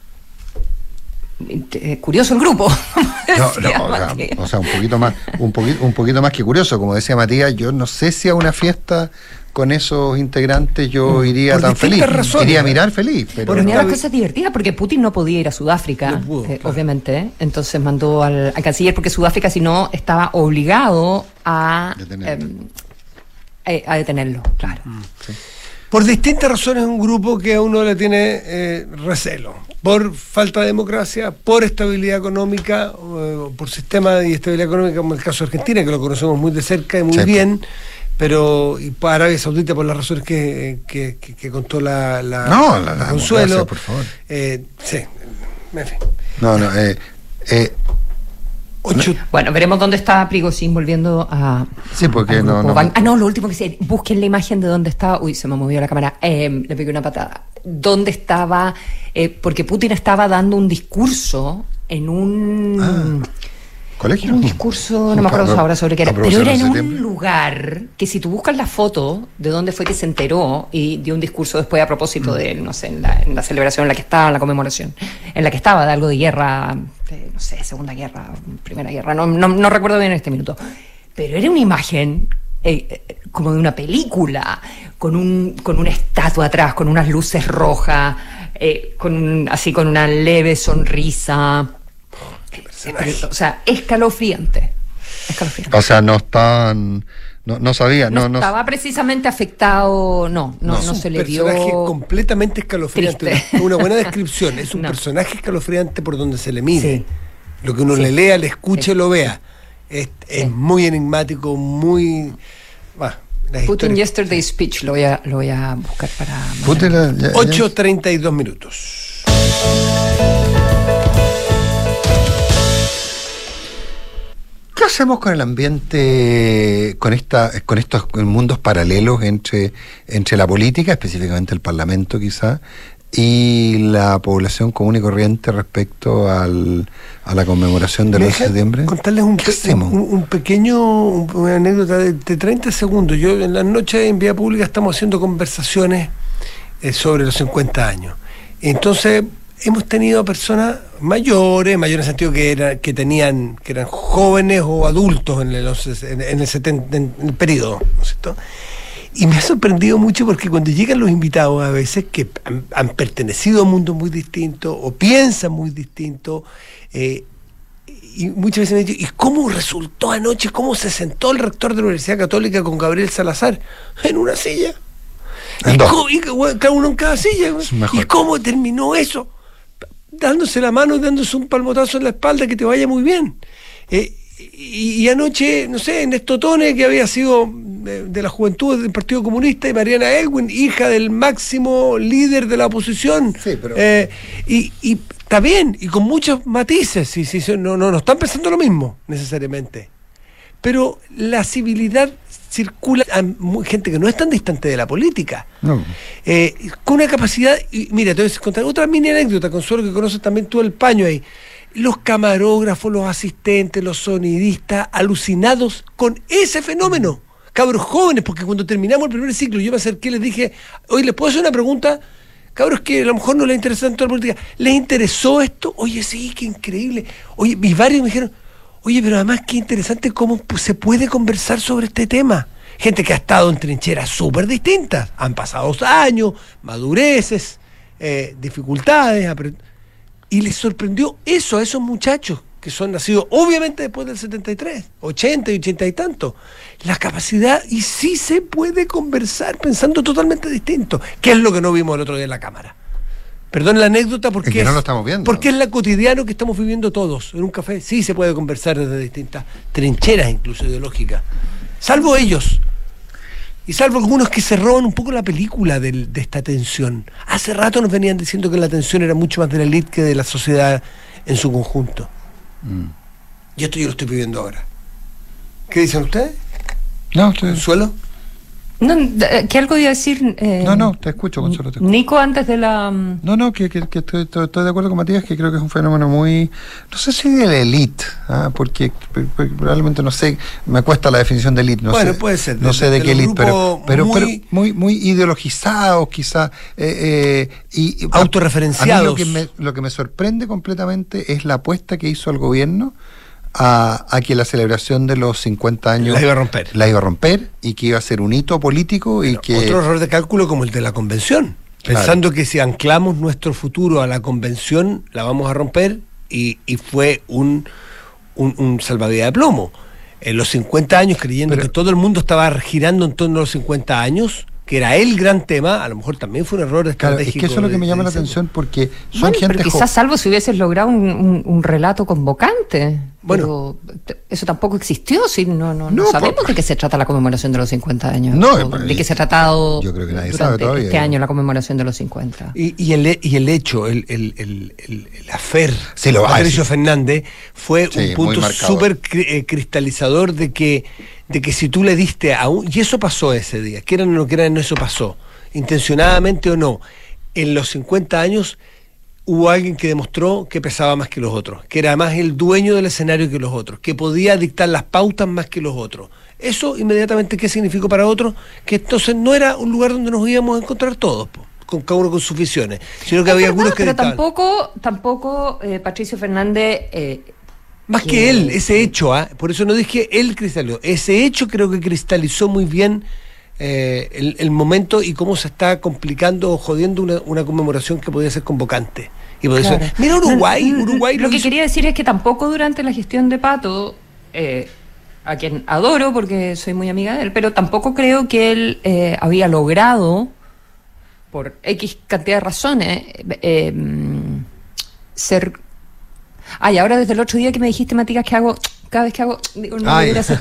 S3: eh, curioso el grupo.
S1: No, no, o, sea, o sea, un poquito más, un poquito, un poquito más que curioso, como decía Matías, yo no sé si a una fiesta con esos integrantes yo iría tan feliz, razones, iría a mirar feliz. Pero
S3: por no. Las cosas divertidas, porque Putin no podía ir a Sudáfrica, no pudo, eh, claro. obviamente, entonces mandó al, al canciller, porque Sudáfrica si no estaba obligado a detenerlo, eh, a, a detenerlo claro. Mm,
S2: sí. Por distintas razones, un grupo que a uno le tiene eh, recelo, por falta de democracia, por estabilidad económica, eh, por sistema y estabilidad económica, como el caso de Argentina, que lo conocemos muy de cerca y muy sí. bien, pero y para Arabia Saudita por las razones que, que, que, que contó la, la,
S1: no, la, la,
S2: la Consuelo.
S1: Por favor.
S2: Eh, sí, en fin.
S1: No, no, eh, eh,
S3: Ocho. Bueno, veremos dónde está Prigozhin volviendo a...
S1: Sí, porque no, no...
S3: Ah, no, lo último que sé, busquen la imagen de dónde estaba... Uy, se me movió la cámara, eh, le pegué una patada. ¿Dónde estaba? Eh, porque Putin estaba dando un discurso en un...
S1: Ah, ¿colegio?
S3: Era un discurso, no me acuerdo ahora sobre qué era, pero era en un lugar que si tú buscas la foto de dónde fue que se enteró y dio un discurso después a propósito mm. de, no sé, en la, en la celebración en la que estaba, en la conmemoración, en la que estaba de algo de guerra... no sé, Segunda Guerra, Primera Guerra, no, no, no recuerdo bien en este minuto, pero era una imagen eh, eh, como de una película, con un con una estatua atrás, con unas luces rojas, eh, con un, así con una leve sonrisa, O sea, escalofriante. escalofriante.
S1: O sea, no estaban... No, no sabía, no,
S3: no,
S1: no
S3: estaba precisamente afectado, no, no, no, no se le vio.
S2: Es un personaje completamente escalofriante.
S3: Triste.
S2: Una buena descripción. Es un
S3: no.
S2: personaje escalofriante por donde se le mire.
S3: Sí.
S2: Lo que uno
S3: sí.
S2: le lea, le escuche,
S3: sí.
S2: lo vea. Es, es sí. muy enigmático, muy... Bah,
S3: Putin Yesterday Speech, lo voy a, lo voy a buscar para...
S2: ocho treinta y dos minutos.
S1: ¿Qué hacemos con el ambiente, con esta, con estos mundos paralelos entre, entre la política, específicamente el Parlamento quizá, y la población común y corriente respecto al, a la conmemoración del once de septiembre?
S2: Contarles un,
S1: ¿Qué
S2: pe
S1: hacemos?
S2: Un, un pequeño, una anécdota de, de treinta segundos. Yo en las noches en Vía Pública estamos haciendo conversaciones eh, sobre los cincuenta años. Entonces hemos tenido personas mayores, mayores en el sentido que era, que tenían, que eran jóvenes o adultos en el, en, en el, setenta, en el periodo, ¿no es cierto? Y me ha sorprendido mucho porque cuando llegan los invitados a veces que han, han pertenecido a mundos muy distintos o piensan muy distintos, eh, y muchas veces me han dicho, ¿y cómo resultó anoche? ¿Cómo se sentó el rector de la Universidad Católica con Gabriel Salazar? En una silla. ¿Y, cómo, y cada uno en cada silla? ¿Y cómo terminó eso? Dándose la mano y dándose un palmotazo en la espalda, que te vaya muy bien. Eh, y, y anoche, no sé, Néstor Tone, que había sido de, de la juventud del Partido Comunista, y Mariana Elwin, hija del máximo líder de la oposición.
S1: Sí, pero...
S2: eh, y, y está bien, y con muchos matices, sí, sí, no, no, no están pensando lo mismo, necesariamente. Pero la civilidad circula a gente que no es tan distante de la política,
S1: no.
S2: eh, con una capacidad, y mira, te voy a contar otra mini anécdota, Consuelo, que conoces también tú el paño ahí. Los camarógrafos, los asistentes, los sonidistas, alucinados con ese fenómeno. Cabros jóvenes, porque cuando terminamos el primer ciclo, yo me acerqué y les dije, oye, ¿les puedo hacer una pregunta? Cabros que a lo mejor no les interesa tanto la política, ¿les interesó esto? Oye, sí, qué increíble. Oye, y varios me dijeron, oye, pero además qué interesante cómo se puede conversar sobre este tema. Gente que ha estado en trincheras súper distintas. Han pasado años, madureces, eh, dificultades. Y les sorprendió eso a esos muchachos que son nacidos, obviamente, después del setenta y tres, ochenta y ochenta y tanto. La capacidad, y sí se puede conversar pensando totalmente distinto. ¿Qué es lo que no vimos el otro día en la Cámara? Perdón la anécdota porque
S1: es, que
S2: es,
S1: no lo estamos viendo.
S2: Porque es la cotidiano que estamos viviendo todos en un café. Sí se puede conversar desde distintas trincheras, incluso ideológicas, salvo ellos y salvo algunos que se roban un poco la película de, de esta tensión. Hace rato nos venían diciendo que la tensión era mucho más de la élite que de la sociedad en su conjunto. mm. Y esto yo lo estoy viviendo ahora. ¿Qué dicen ustedes?
S1: No, estoy...
S2: ¿Consuelo?
S3: No, ¿qué algo iba a decir? Eh,
S1: no, no, te escucho, Consuelo. Te escucho.
S3: Nico, antes de la...
S1: No, no, que, que, que estoy, estoy, estoy de acuerdo con Matías, que creo que es un fenómeno muy... No sé si de la élite, ¿ah? porque, porque probablemente, no sé, me cuesta la definición de élite. No
S2: bueno,
S1: sé,
S2: puede ser.
S1: No
S2: de,
S1: sé de, de qué élite, pero, pero,
S2: muy,
S1: pero muy, muy ideologizados, quizás. Eh, eh, y,
S2: autorreferenciados.
S1: A mí lo que, me, lo que me sorprende completamente es la apuesta que hizo el gobierno A, a que la celebración de los cincuenta años
S2: la iba a romper
S1: la iba a romper y que iba a ser un hito político. Y que
S2: otro error de cálculo como el de la convención, claro, pensando que si anclamos nuestro futuro a la convención la vamos a romper, y, y fue un, un, un salvavidas de plomo en los cincuenta años, creyendo Pero, que todo el mundo estaba girando en torno a los cincuenta años, que era el gran tema. A lo mejor también fue un error estratégico.
S1: Claro, es que eso es lo que me llama la atención, porque son
S3: bueno,
S1: gente
S3: pero quizás salvo si hubieses logrado un, un, un relato convocante. Bueno, pero eso tampoco existió. Si no, no, no, no sabemos por... de qué se trata la conmemoración de los cincuenta años.
S1: No,
S3: de qué se ha tratado
S1: yo creo que nadie
S3: durante
S1: sabe todavía,
S3: este
S1: ¿no?
S3: año la conmemoración de los cincuenta.
S2: Y, y, el, y el hecho, el, el, el, el, el afer
S1: sí, lo
S2: Patricio Fernández fue
S1: sí,
S2: un punto súper cri eh, cristalizador de que, de que si tú le diste a un... Y eso pasó ese día, quieran o no quieran, eso pasó, intencionadamente o no. En los cincuenta años hubo alguien que demostró que pesaba más que los otros, que era más el dueño del escenario que los otros, que podía dictar las pautas más que los otros. Eso inmediatamente, ¿qué significó para otros? Que entonces no era un lugar donde nos íbamos a encontrar todos, po, con cada uno con sus visiones, sino que
S3: es
S2: había
S3: verdad,
S2: algunos que
S3: pero
S2: dictaban.
S3: tampoco, tampoco eh, Patricio Fernández... Eh,
S2: Más que, que él, ese hecho, ¿eh? Por eso no dije él cristalizó, ese hecho creo que cristalizó muy bien eh, el, el momento y cómo se está complicando o jodiendo una, una conmemoración que podía ser convocante. Y por
S3: Claro.
S2: eso, mira Uruguay, Uruguay
S3: lo que
S2: hizo.
S3: quería decir es que tampoco durante la gestión de Pato, eh, a quien adoro porque soy muy amiga de él, pero tampoco creo que él eh, había logrado, por X cantidad de razones, eh, ser... Ay, ahora desde el otro día que me dijiste, Matías, que hago... Cada vez que hago... Digo, no
S1: Ay.
S3: debería hacer...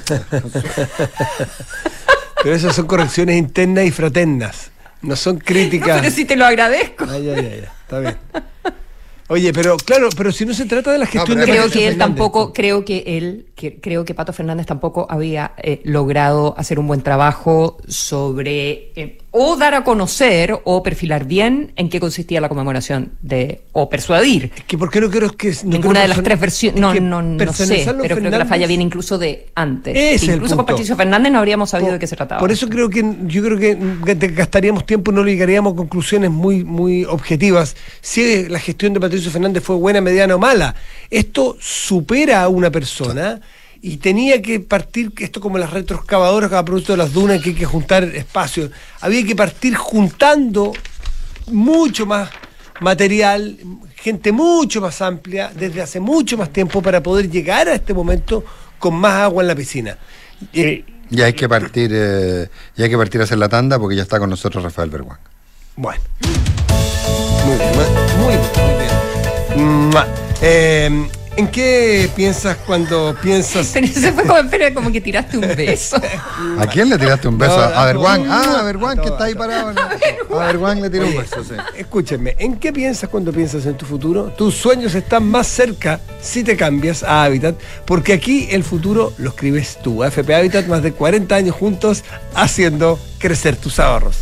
S2: Pero esas son correcciones internas y fraternas. No son
S3: No,
S2: críticas.
S3: pero sí te lo agradezco.
S2: Ay, ay, ay, está bien. Oye, pero claro, pero si no se trata de la gestión
S1: No,
S2: de
S3: Creo
S2: Patricio
S3: que él
S2: Fernández.
S3: tampoco, creo que él, que, creo que Pato Fernández tampoco había eh, logrado hacer un buen trabajo sobre eh, o dar a conocer o perfilar bien en qué consistía la conmemoración de o persuadir.
S2: Es que ¿por qué no creo que no
S3: Ninguna
S2: creo
S3: de las
S2: person-
S3: tres versiones,
S2: es
S3: no,
S2: que
S3: no, no sé,
S2: personalizarlo
S3: pero creo que la
S2: Fernández-
S3: falla viene incluso de antes.
S2: Ese es el
S3: incluso con
S2: punto.
S3: Patricio Fernández no habríamos sabido
S2: Por-
S3: de qué se trataba.
S2: Por eso creo que yo creo que gastaríamos tiempo y no llegaríamos a conclusiones muy, muy objetivas si la gestión de Patricio Fernández fue buena, mediana o mala. Esto supera a una persona y tenía que partir, esto como las retroexcavadoras a producto de las dunas, que hay que juntar espacios. Había que partir juntando mucho más material, gente mucho más amplia, desde hace mucho más tiempo para poder llegar a este momento con más agua en la piscina. Eh,
S1: Y hay que partir, eh, y hay que partir a hacer la tanda porque ya está con nosotros Rafael Berguán.
S2: Bueno. Muy bien, ma- muy, muy bien. Ma- eh, ¿En qué piensas cuando piensas?
S3: Pero se fue como, pero como que tiraste un beso.
S1: ¿A quién le tiraste un beso?
S2: No,
S1: a Berguán.
S2: no,
S1: Ah, a
S2: no,
S1: Berguán,
S2: no,
S1: que está ahí
S2: no.
S1: parado. ¿no? A Berguán le tiró un beso, sí.
S2: Escúchenme, ¿en qué piensas cuando piensas en tu futuro? Tus sueños están más cerca si te cambias a Habitat, porque aquí el futuro lo escribes tú. A F P Habitat, más de cuarenta años juntos haciendo crecer tus ahorros.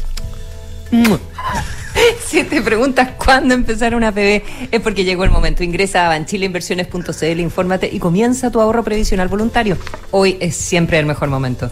S3: Si te preguntas cuándo empezar una P B, es porque llegó el momento. Ingresa a banchileinversiones punto c l, infórmate y comienza tu ahorro previsional voluntario. Hoy es siempre el mejor momento.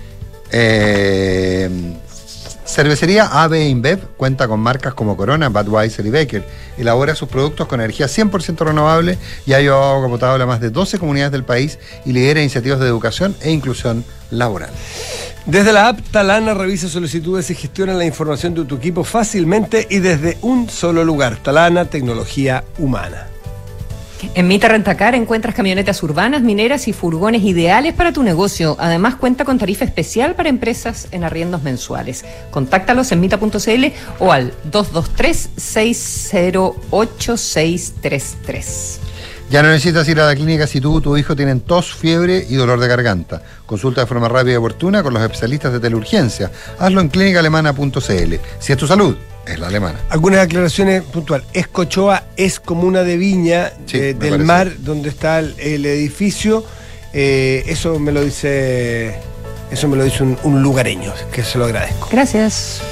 S1: Eh, cervecería A B InBev cuenta con marcas como Corona, Budweiser y Becker. Elabora sus productos con energía cien por ciento renovable y ha llevado agua potable a más de doce comunidades del país y lidera iniciativas de educación e inclusión laboral.
S2: Desde la app Talana revisa solicitudes y gestiona la información de tu equipo fácilmente y desde un solo lugar. Talana, tecnología humana.
S3: En Mita Rentacar encuentras camionetas urbanas, mineras y furgones ideales para tu negocio. Además cuenta con tarifa especial para empresas en arriendos mensuales. Contáctalos en mita punto c l o al dos dos tres, seis cero ocho, seis tres tres.
S1: Ya no necesitas ir a la clínica si tú o tu hijo tienen tos, fiebre y dolor de garganta. Consulta de forma rápida y oportuna con los especialistas de teleurgencia. Hazlo en clínica alemana punto c l. Si es tu salud, es la alemana.
S2: Algunas aclaraciones puntuales. Escochoa es comuna de Viña,
S1: Sí,
S2: de-
S1: me
S2: del
S1: parece.
S2: mar, donde está el, el edificio. Eh, eso me lo dice, eso me lo dice un, un lugareño, que se lo agradezco.
S3: Gracias.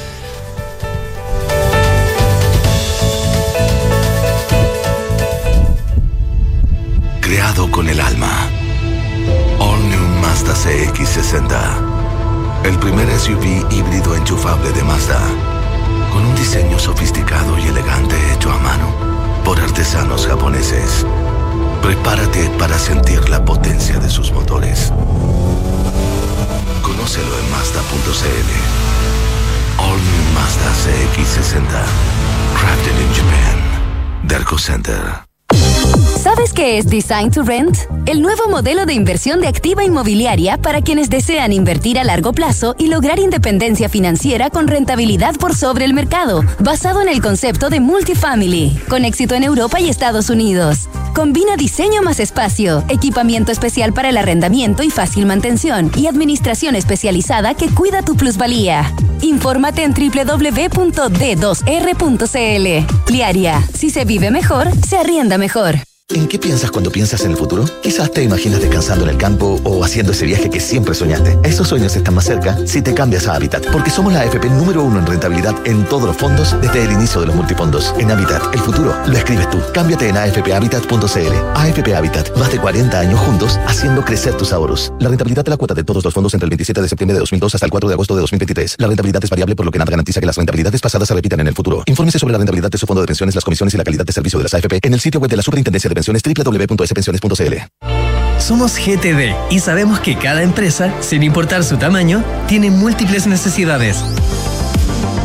S4: Creado con el alma. All New Mazda C X sesenta. El primer S U V híbrido enchufable de Mazda. Con un diseño sofisticado y elegante hecho a mano por artesanos japoneses. Prepárate para sentir la potencia de sus motores. Conócelo en Mazda punto c l. All New Mazda C X sesenta. Crafted in Japan. Derco Center.
S5: ¿Sabes qué es Design to Rent? El nuevo modelo de inversión de activa inmobiliaria para quienes desean invertir a largo plazo y lograr independencia financiera con rentabilidad por sobre el mercado, basado en el concepto de multifamily, con éxito en Europa y Estados Unidos. Combina diseño más espacio, equipamiento especial para el arrendamiento y fácil mantención, y administración especializada que cuida tu plusvalía. Infórmate en doble u doble u doble u punto d dos r punto c l. Liaria, si se vive mejor, se arrienda mejor.
S4: ¿En qué piensas cuando piensas en el futuro? Quizás te imaginas descansando en el campo o haciendo ese viaje que siempre soñaste. Esos sueños están más cerca si te cambias a Habitat, porque somos la A F P número uno en rentabilidad en todos los fondos desde el inicio de los multifondos. En Habitat, el futuro lo escribes tú. Cámbiate en a f p habitat punto c l. A F P Habitat, más de cuarenta años juntos haciendo crecer tus ahorros. La rentabilidad de la cuota de todos los fondos entre el veintisiete de septiembre de dos mil dos hasta el cuatro de agosto de dos mil veintitrés. La rentabilidad es variable, por lo que nada garantiza que las rentabilidades pasadas se repitan en el futuro. Infórmese sobre la rentabilidad de su fondo de pensiones, las comisiones y la calidad de servicio de las A F P en el sitio web de la Superintendencia de Pensiones doble u doble u doble u punto s pensiones punto c l.
S6: Somos G T D y sabemos que cada empresa, sin importar su tamaño, tiene múltiples necesidades.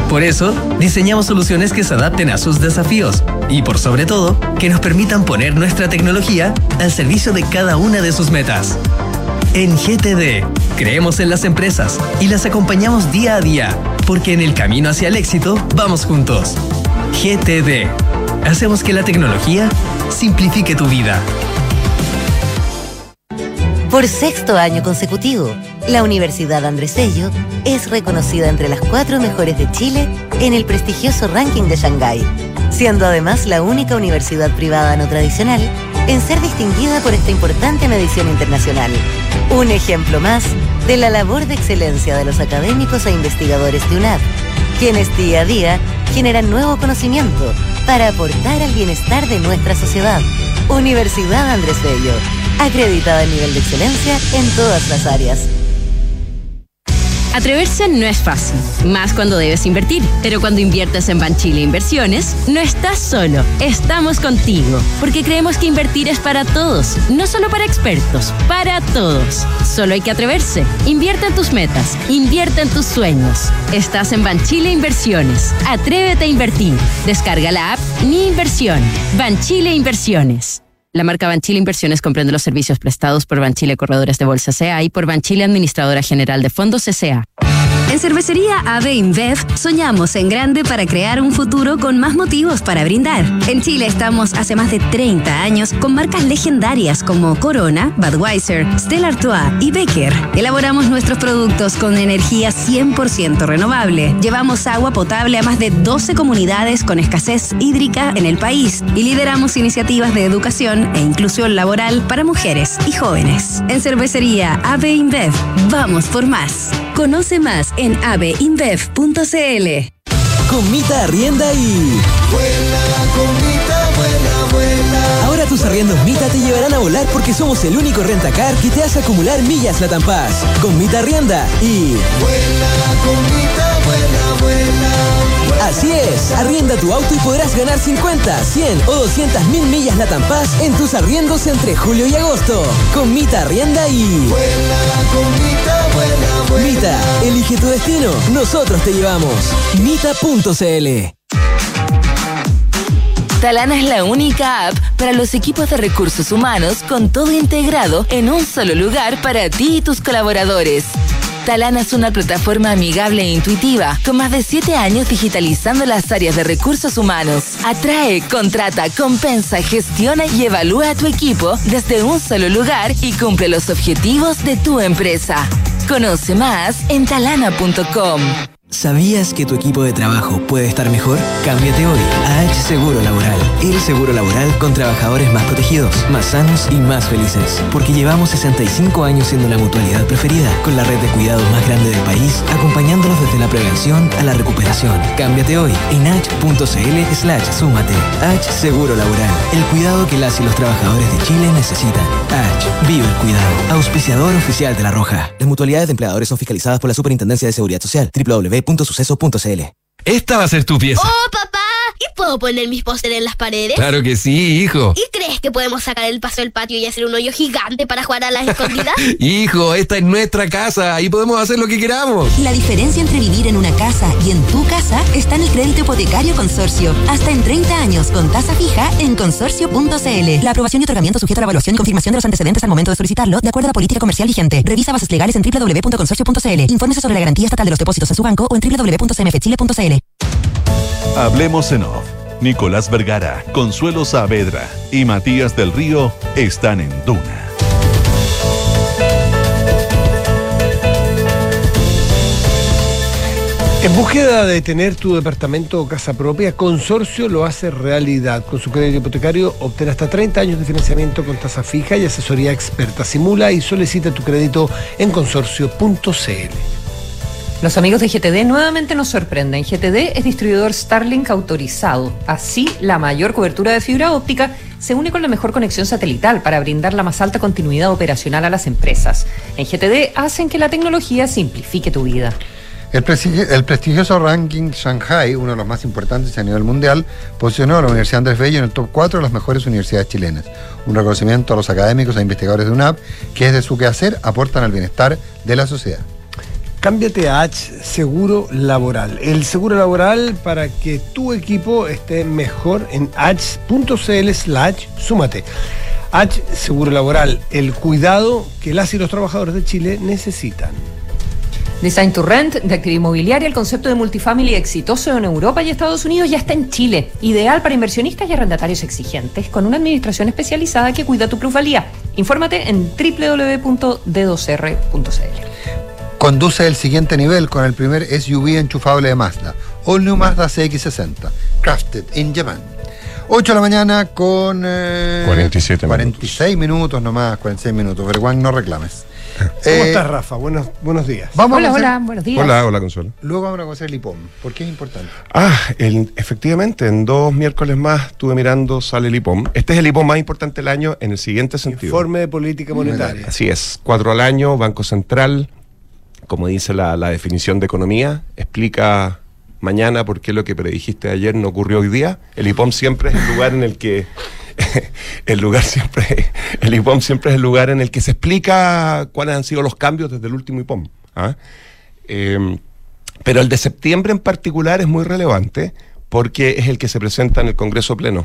S6: Por eso, diseñamos soluciones que se adapten a sus desafíos y, por sobre todo, que nos permitan poner nuestra tecnología al servicio de cada una de sus metas. En G T D, creemos en las empresas y las acompañamos día a día, porque en el camino hacia el éxito vamos juntos. G T D. Hacemos que la tecnología simplifique tu vida.
S7: Por sexto año consecutivo, la Universidad Andrés Bello es reconocida entre las cuatro mejores de Chile en el prestigioso ranking de Shanghái, siendo además la única universidad privada no tradicional en ser distinguida por esta importante medición internacional. Un ejemplo más de la labor de excelencia de los académicos e investigadores de U N A B, quienes día a día generan nuevo conocimiento para aportar al bienestar de nuestra sociedad. Universidad Andrés Bello, acreditada en nivel de excelencia en todas las áreas.
S5: Atreverse no es fácil, más cuando debes invertir. Pero cuando inviertes en Banchile Inversiones, no estás solo, estamos contigo. Porque creemos que invertir es para todos, no solo para expertos, para todos. Solo hay que atreverse. Invierte en tus metas, invierte en tus sueños. Estás en Banchile Inversiones. Atrévete a invertir. Descarga la app Mi Inversión. Banchile Inversiones. La marca Banchile Inversiones comprende los servicios prestados por Banchile Corredores de Bolsa S A y por Banchile Administradora General de Fondos S A. En Cervecería A B InBev soñamos en grande para crear un futuro con más motivos para brindar. En Chile estamos hace más de treinta años con marcas legendarias como Corona, Budweiser, Stella Artois y Becker. Elaboramos nuestros productos con energía cien por ciento renovable. Llevamos agua potable a más de doce comunidades con escasez hídrica en el país y lideramos iniciativas de educación e inclusión laboral para mujeres y jóvenes. En Cervecería A B InBev, vamos por más. Conoce más en a b inbev punto c l.
S8: Con Mita arrienda y...
S9: Vuela con Mita, vuela, vuela.
S8: Ahora tus arriendos Mita te llevarán a volar porque somos el único rentacar que te hace acumular millas Latam Pass. Con Mita arrienda y...
S9: Vuela con Mita, vuela, vuela.
S8: Así es, arrienda tu auto y podrás ganar cincuenta, cien o doscientas mil millas Latam Pass en tus arriendos entre julio y agosto. Con Mita arrienda y...
S9: Vuela con Mita, vuela, vuela.
S8: Mita, elige tu destino, nosotros te llevamos. Mita punto c l.
S10: Talana es la única app para los equipos de recursos humanos con todo integrado en un solo lugar para ti y tus colaboradores. Talana es una plataforma amigable e intuitiva, con más de siete años digitalizando las áreas de recursos humanos. Atrae, contrata, compensa, gestiona y evalúa a tu equipo desde un solo lugar y cumple los objetivos de tu empresa. Conoce más en talana punto com.
S8: ¿Sabías que tu equipo de trabajo puede estar mejor? Cámbiate hoy a H Seguro Laboral. El seguro laboral con trabajadores más protegidos, más sanos y más felices. Porque llevamos sesenta y cinco años siendo la mutualidad preferida, con la red de cuidados más grande del país, acompañándolos desde la prevención a la recuperación. Cámbiate hoy en h punto c l slash súmate. H Seguro Laboral. El cuidado que las y los trabajadores de Chile necesitan. H. Vive el cuidado. Auspiciador oficial de La Roja. Las mutualidades de empleadores son fiscalizadas por la Superintendencia de Seguridad Social. doble u doble u doble u punto suceso punto c l.
S11: Esta va a ser tu pieza.
S12: ¡Oh, papá! ¿Y puedo poner mis pósteres en las paredes?
S11: Claro que sí, hijo.
S12: ¿Y crees que podemos sacar el paso del patio y hacer un hoyo gigante para jugar a las escondidas?
S11: Hijo, esta es nuestra casa. Ahí podemos hacer lo que queramos.
S13: La diferencia entre vivir en una casa y en tu casa está en el crédito hipotecario Consorcio. Hasta en treinta años con tasa fija en consorcio punto c l. La aprobación y otorgamiento sujeto a la evaluación y confirmación de los antecedentes al momento de solicitarlo, de acuerdo a la política comercial vigente. Revisa bases legales en doble u doble u doble u punto consorcio punto c l. Infórmese sobre la garantía estatal de los depósitos en su banco o en doble u doble u doble u punto c m f chile punto c l.
S14: Hablemos en off. Nicolás Vergara, Consuelo Saavedra y Matías del Río están en Duna.
S2: En búsqueda de tener tu departamento o casa propia, Consorcio lo hace realidad. Con su crédito hipotecario obtén hasta treinta años de financiamiento con tasa fija y asesoría experta. Simula y solicita tu crédito en consorcio punto c l.
S3: Los amigos de G T D nuevamente nos sorprenden. G T D es distribuidor Starlink autorizado. Así, la mayor cobertura de fibra óptica se une con la mejor conexión satelital para brindar la más alta continuidad operacional a las empresas. En G T D hacen que la tecnología simplifique tu vida.
S1: El, prestigio, el prestigioso ranking Shanghai, uno de los más importantes a nivel mundial, posicionó a la Universidad Andrés Bello en el top cuatro de las mejores universidades chilenas. Un reconocimiento a los académicos e investigadores de U N A B, que desde su quehacer aportan al bienestar de la sociedad.
S2: Cámbiate a H Seguro Laboral. El seguro laboral para que tu equipo esté mejor en h.cl slash súmate. H Seguro Laboral, el cuidado que las y los trabajadores de Chile necesitan.
S3: Design to Rent de Actividad Inmobiliaria, el concepto de multifamily exitoso en Europa y Estados Unidos ya está en Chile. Ideal para inversionistas y arrendatarios exigentes, con una administración especializada que cuida tu plusvalía. Infórmate en doble u doble u doble u punto d dos r punto c l.
S1: Conduce el siguiente nivel con el primer S U V enchufable de Mazda. All New Mazda C X sesenta. Crafted in Japan. ocho de la mañana con... Eh,
S15: cuarenta y siete
S1: cuarenta y seis minutos nomás, cuarenta y seis minutos. Pero Juan, no reclames.
S2: ¿Cómo
S1: Eh,
S2: estás, Rafa? Buenos, buenos días.
S1: Vamos
S3: Hola,
S1: a conocer-
S3: hola, buenos días.
S15: Hola, hola Consuelo.
S1: Luego vamos a conocer el I P O M. ¿Por qué es importante?
S15: Ah, el, efectivamente, en dos miércoles más estuve mirando, sale el I P O M. Este es el I P O M más importante del año en el siguiente sentido.
S2: Informe de política monetaria.
S15: Así es, cuatro al año, Banco Central, como dice la, la definición de economía, explica mañana por qué lo que predijiste ayer no ocurrió hoy día. El I P O M siempre es el lugar en el que... el lugar siempre el I P O M siempre es el lugar en el que se explica cuáles han sido los cambios desde el último I P O M. ¿ah? Eh, pero el de septiembre en particular es muy relevante porque es el que se presenta en el Congreso Pleno.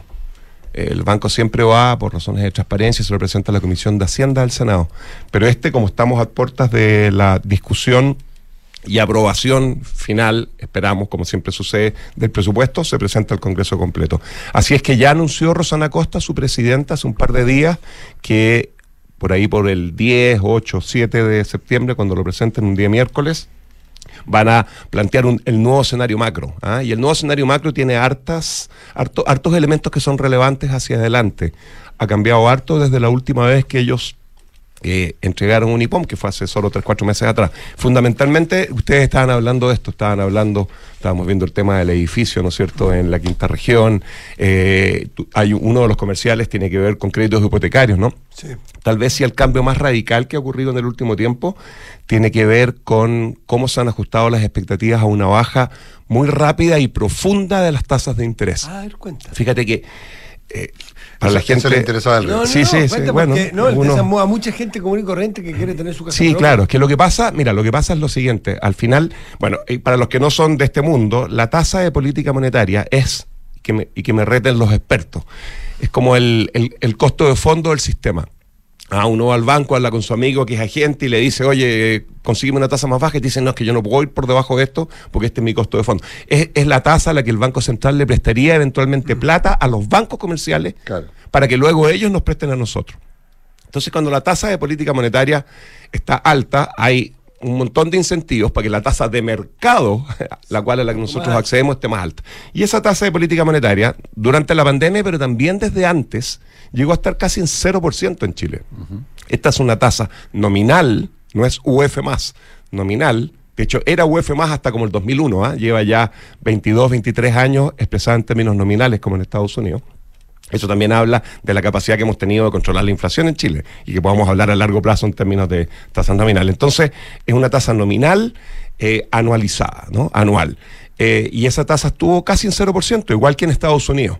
S15: El banco siempre va, por razones de transparencia, se lo presenta a la Comisión de Hacienda del Senado. Pero este, como estamos a puertas de la discusión y aprobación final, esperamos, como siempre sucede, del presupuesto, se presenta al Congreso completo. Así es que ya anunció Rosana Costa, su presidenta, hace un par de días, que por ahí por el diez, ocho, siete de septiembre, cuando lo presenten un día miércoles, van a plantear un, el nuevo escenario macro. ¿ah? Y el nuevo escenario macro tiene hartas, harto, hartos elementos que son relevantes hacia adelante. Ha cambiado harto desde la última vez que ellos eh, entregaron un I P O M, que fue hace solo tres, cuatro meses atrás. Fundamentalmente, ustedes estaban hablando de esto, estaban hablando, estábamos viendo el tema del edificio, ¿no es cierto?, en la quinta región. Eh, hay uno de los comerciales, tiene que ver con créditos hipotecarios, ¿no?
S2: Sí.
S15: Tal vez si el cambio más radical que ha ocurrido en el último tiempo tiene que ver con cómo se han ajustado las expectativas a una baja muy rápida y profunda de las tasas de interés.
S2: Ah, a ver, cuenta.
S15: Fíjate que eh, para
S1: Eso-
S15: la
S1: eso
S15: gente...
S1: le interesaba al
S2: No, no,
S15: sí,
S2: no,
S15: sí, sí,
S2: cuenta
S15: bueno.
S2: porque, no, le
S15: uno-
S2: interesa a mucha gente común y corriente que quiere tener su casa
S15: Sí,
S2: propia.
S15: claro, es que lo que pasa, mira, lo que pasa es lo siguiente, al final, bueno, y para los que no son de este mundo, la tasa de política monetaria es, que me, y que me reten los expertos, es como el, el, el costo de fondo del sistema. Ah, uno va al banco, habla con su amigo que es agente y le dice, oye, consígueme una tasa más baja, y te dicen, no, es que yo no puedo ir por debajo de esto porque este es mi costo de fondo. Es, es la tasa a la que el Banco Central le prestaría eventualmente plata a los bancos comerciales
S1: Claro.
S15: para que luego ellos nos presten a nosotros. Entonces, cuando la tasa de política monetaria está alta, hay un montón de incentivos para que la tasa de mercado, la cual a la que nosotros accedemos, esté más alta. Y esa tasa de política monetaria, durante la pandemia, pero también desde antes, llegó a estar casi en cero por ciento en Chile. Uh-huh. Esta es una tasa nominal, no es U F más, nominal. De hecho, era U F más hasta como el dos mil uno, ¿eh? Lleva ya veintidós, veintitrés años expresada en términos nominales, como en Estados Unidos. Eso también habla de la capacidad que hemos tenido de controlar la inflación en Chile y que podamos hablar a largo plazo en términos de tasas nominales. Entonces, es una tasa nominal eh, anualizada, ¿no? Anual. Eh, y esa tasa estuvo casi en cero por ciento, igual que en Estados Unidos.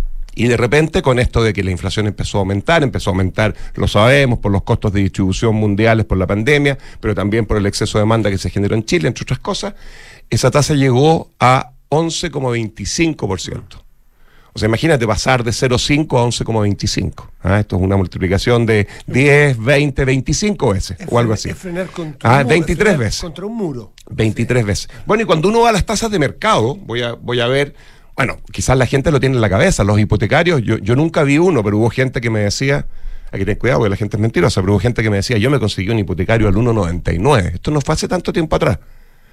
S15: Y de repente, con esto de que la inflación empezó a aumentar, empezó a aumentar, lo sabemos, por los costos de distribución mundiales, por la pandemia, pero también por el exceso de demanda que se generó en Chile, entre otras cosas, esa tasa llegó a once coma veinticinco por ciento. O sea, imagínate pasar de cero coma cinco a once coma veinticinco. ¿Ah? Esto es una multiplicación de diez, veinte, veinticinco veces,
S2: Es
S15: o algo
S2: frenar-
S15: así.
S2: es frenar contra
S15: Ah,
S2: un muro,
S15: veintitrés
S2: es frenar
S15: veces.
S2: Contra un muro.
S15: veintitrés veces. Bueno, y cuando uno va a las tasas de mercado, voy a, voy a ver, bueno, quizás la gente lo tiene en la cabeza, los hipotecarios, yo, yo nunca vi uno, pero hubo gente que me decía, hay que tener cuidado porque la gente es mentirosa, pero hubo gente que me decía, yo me conseguí un hipotecario al uno coma noventa y nueve. Esto no fue hace tanto tiempo atrás.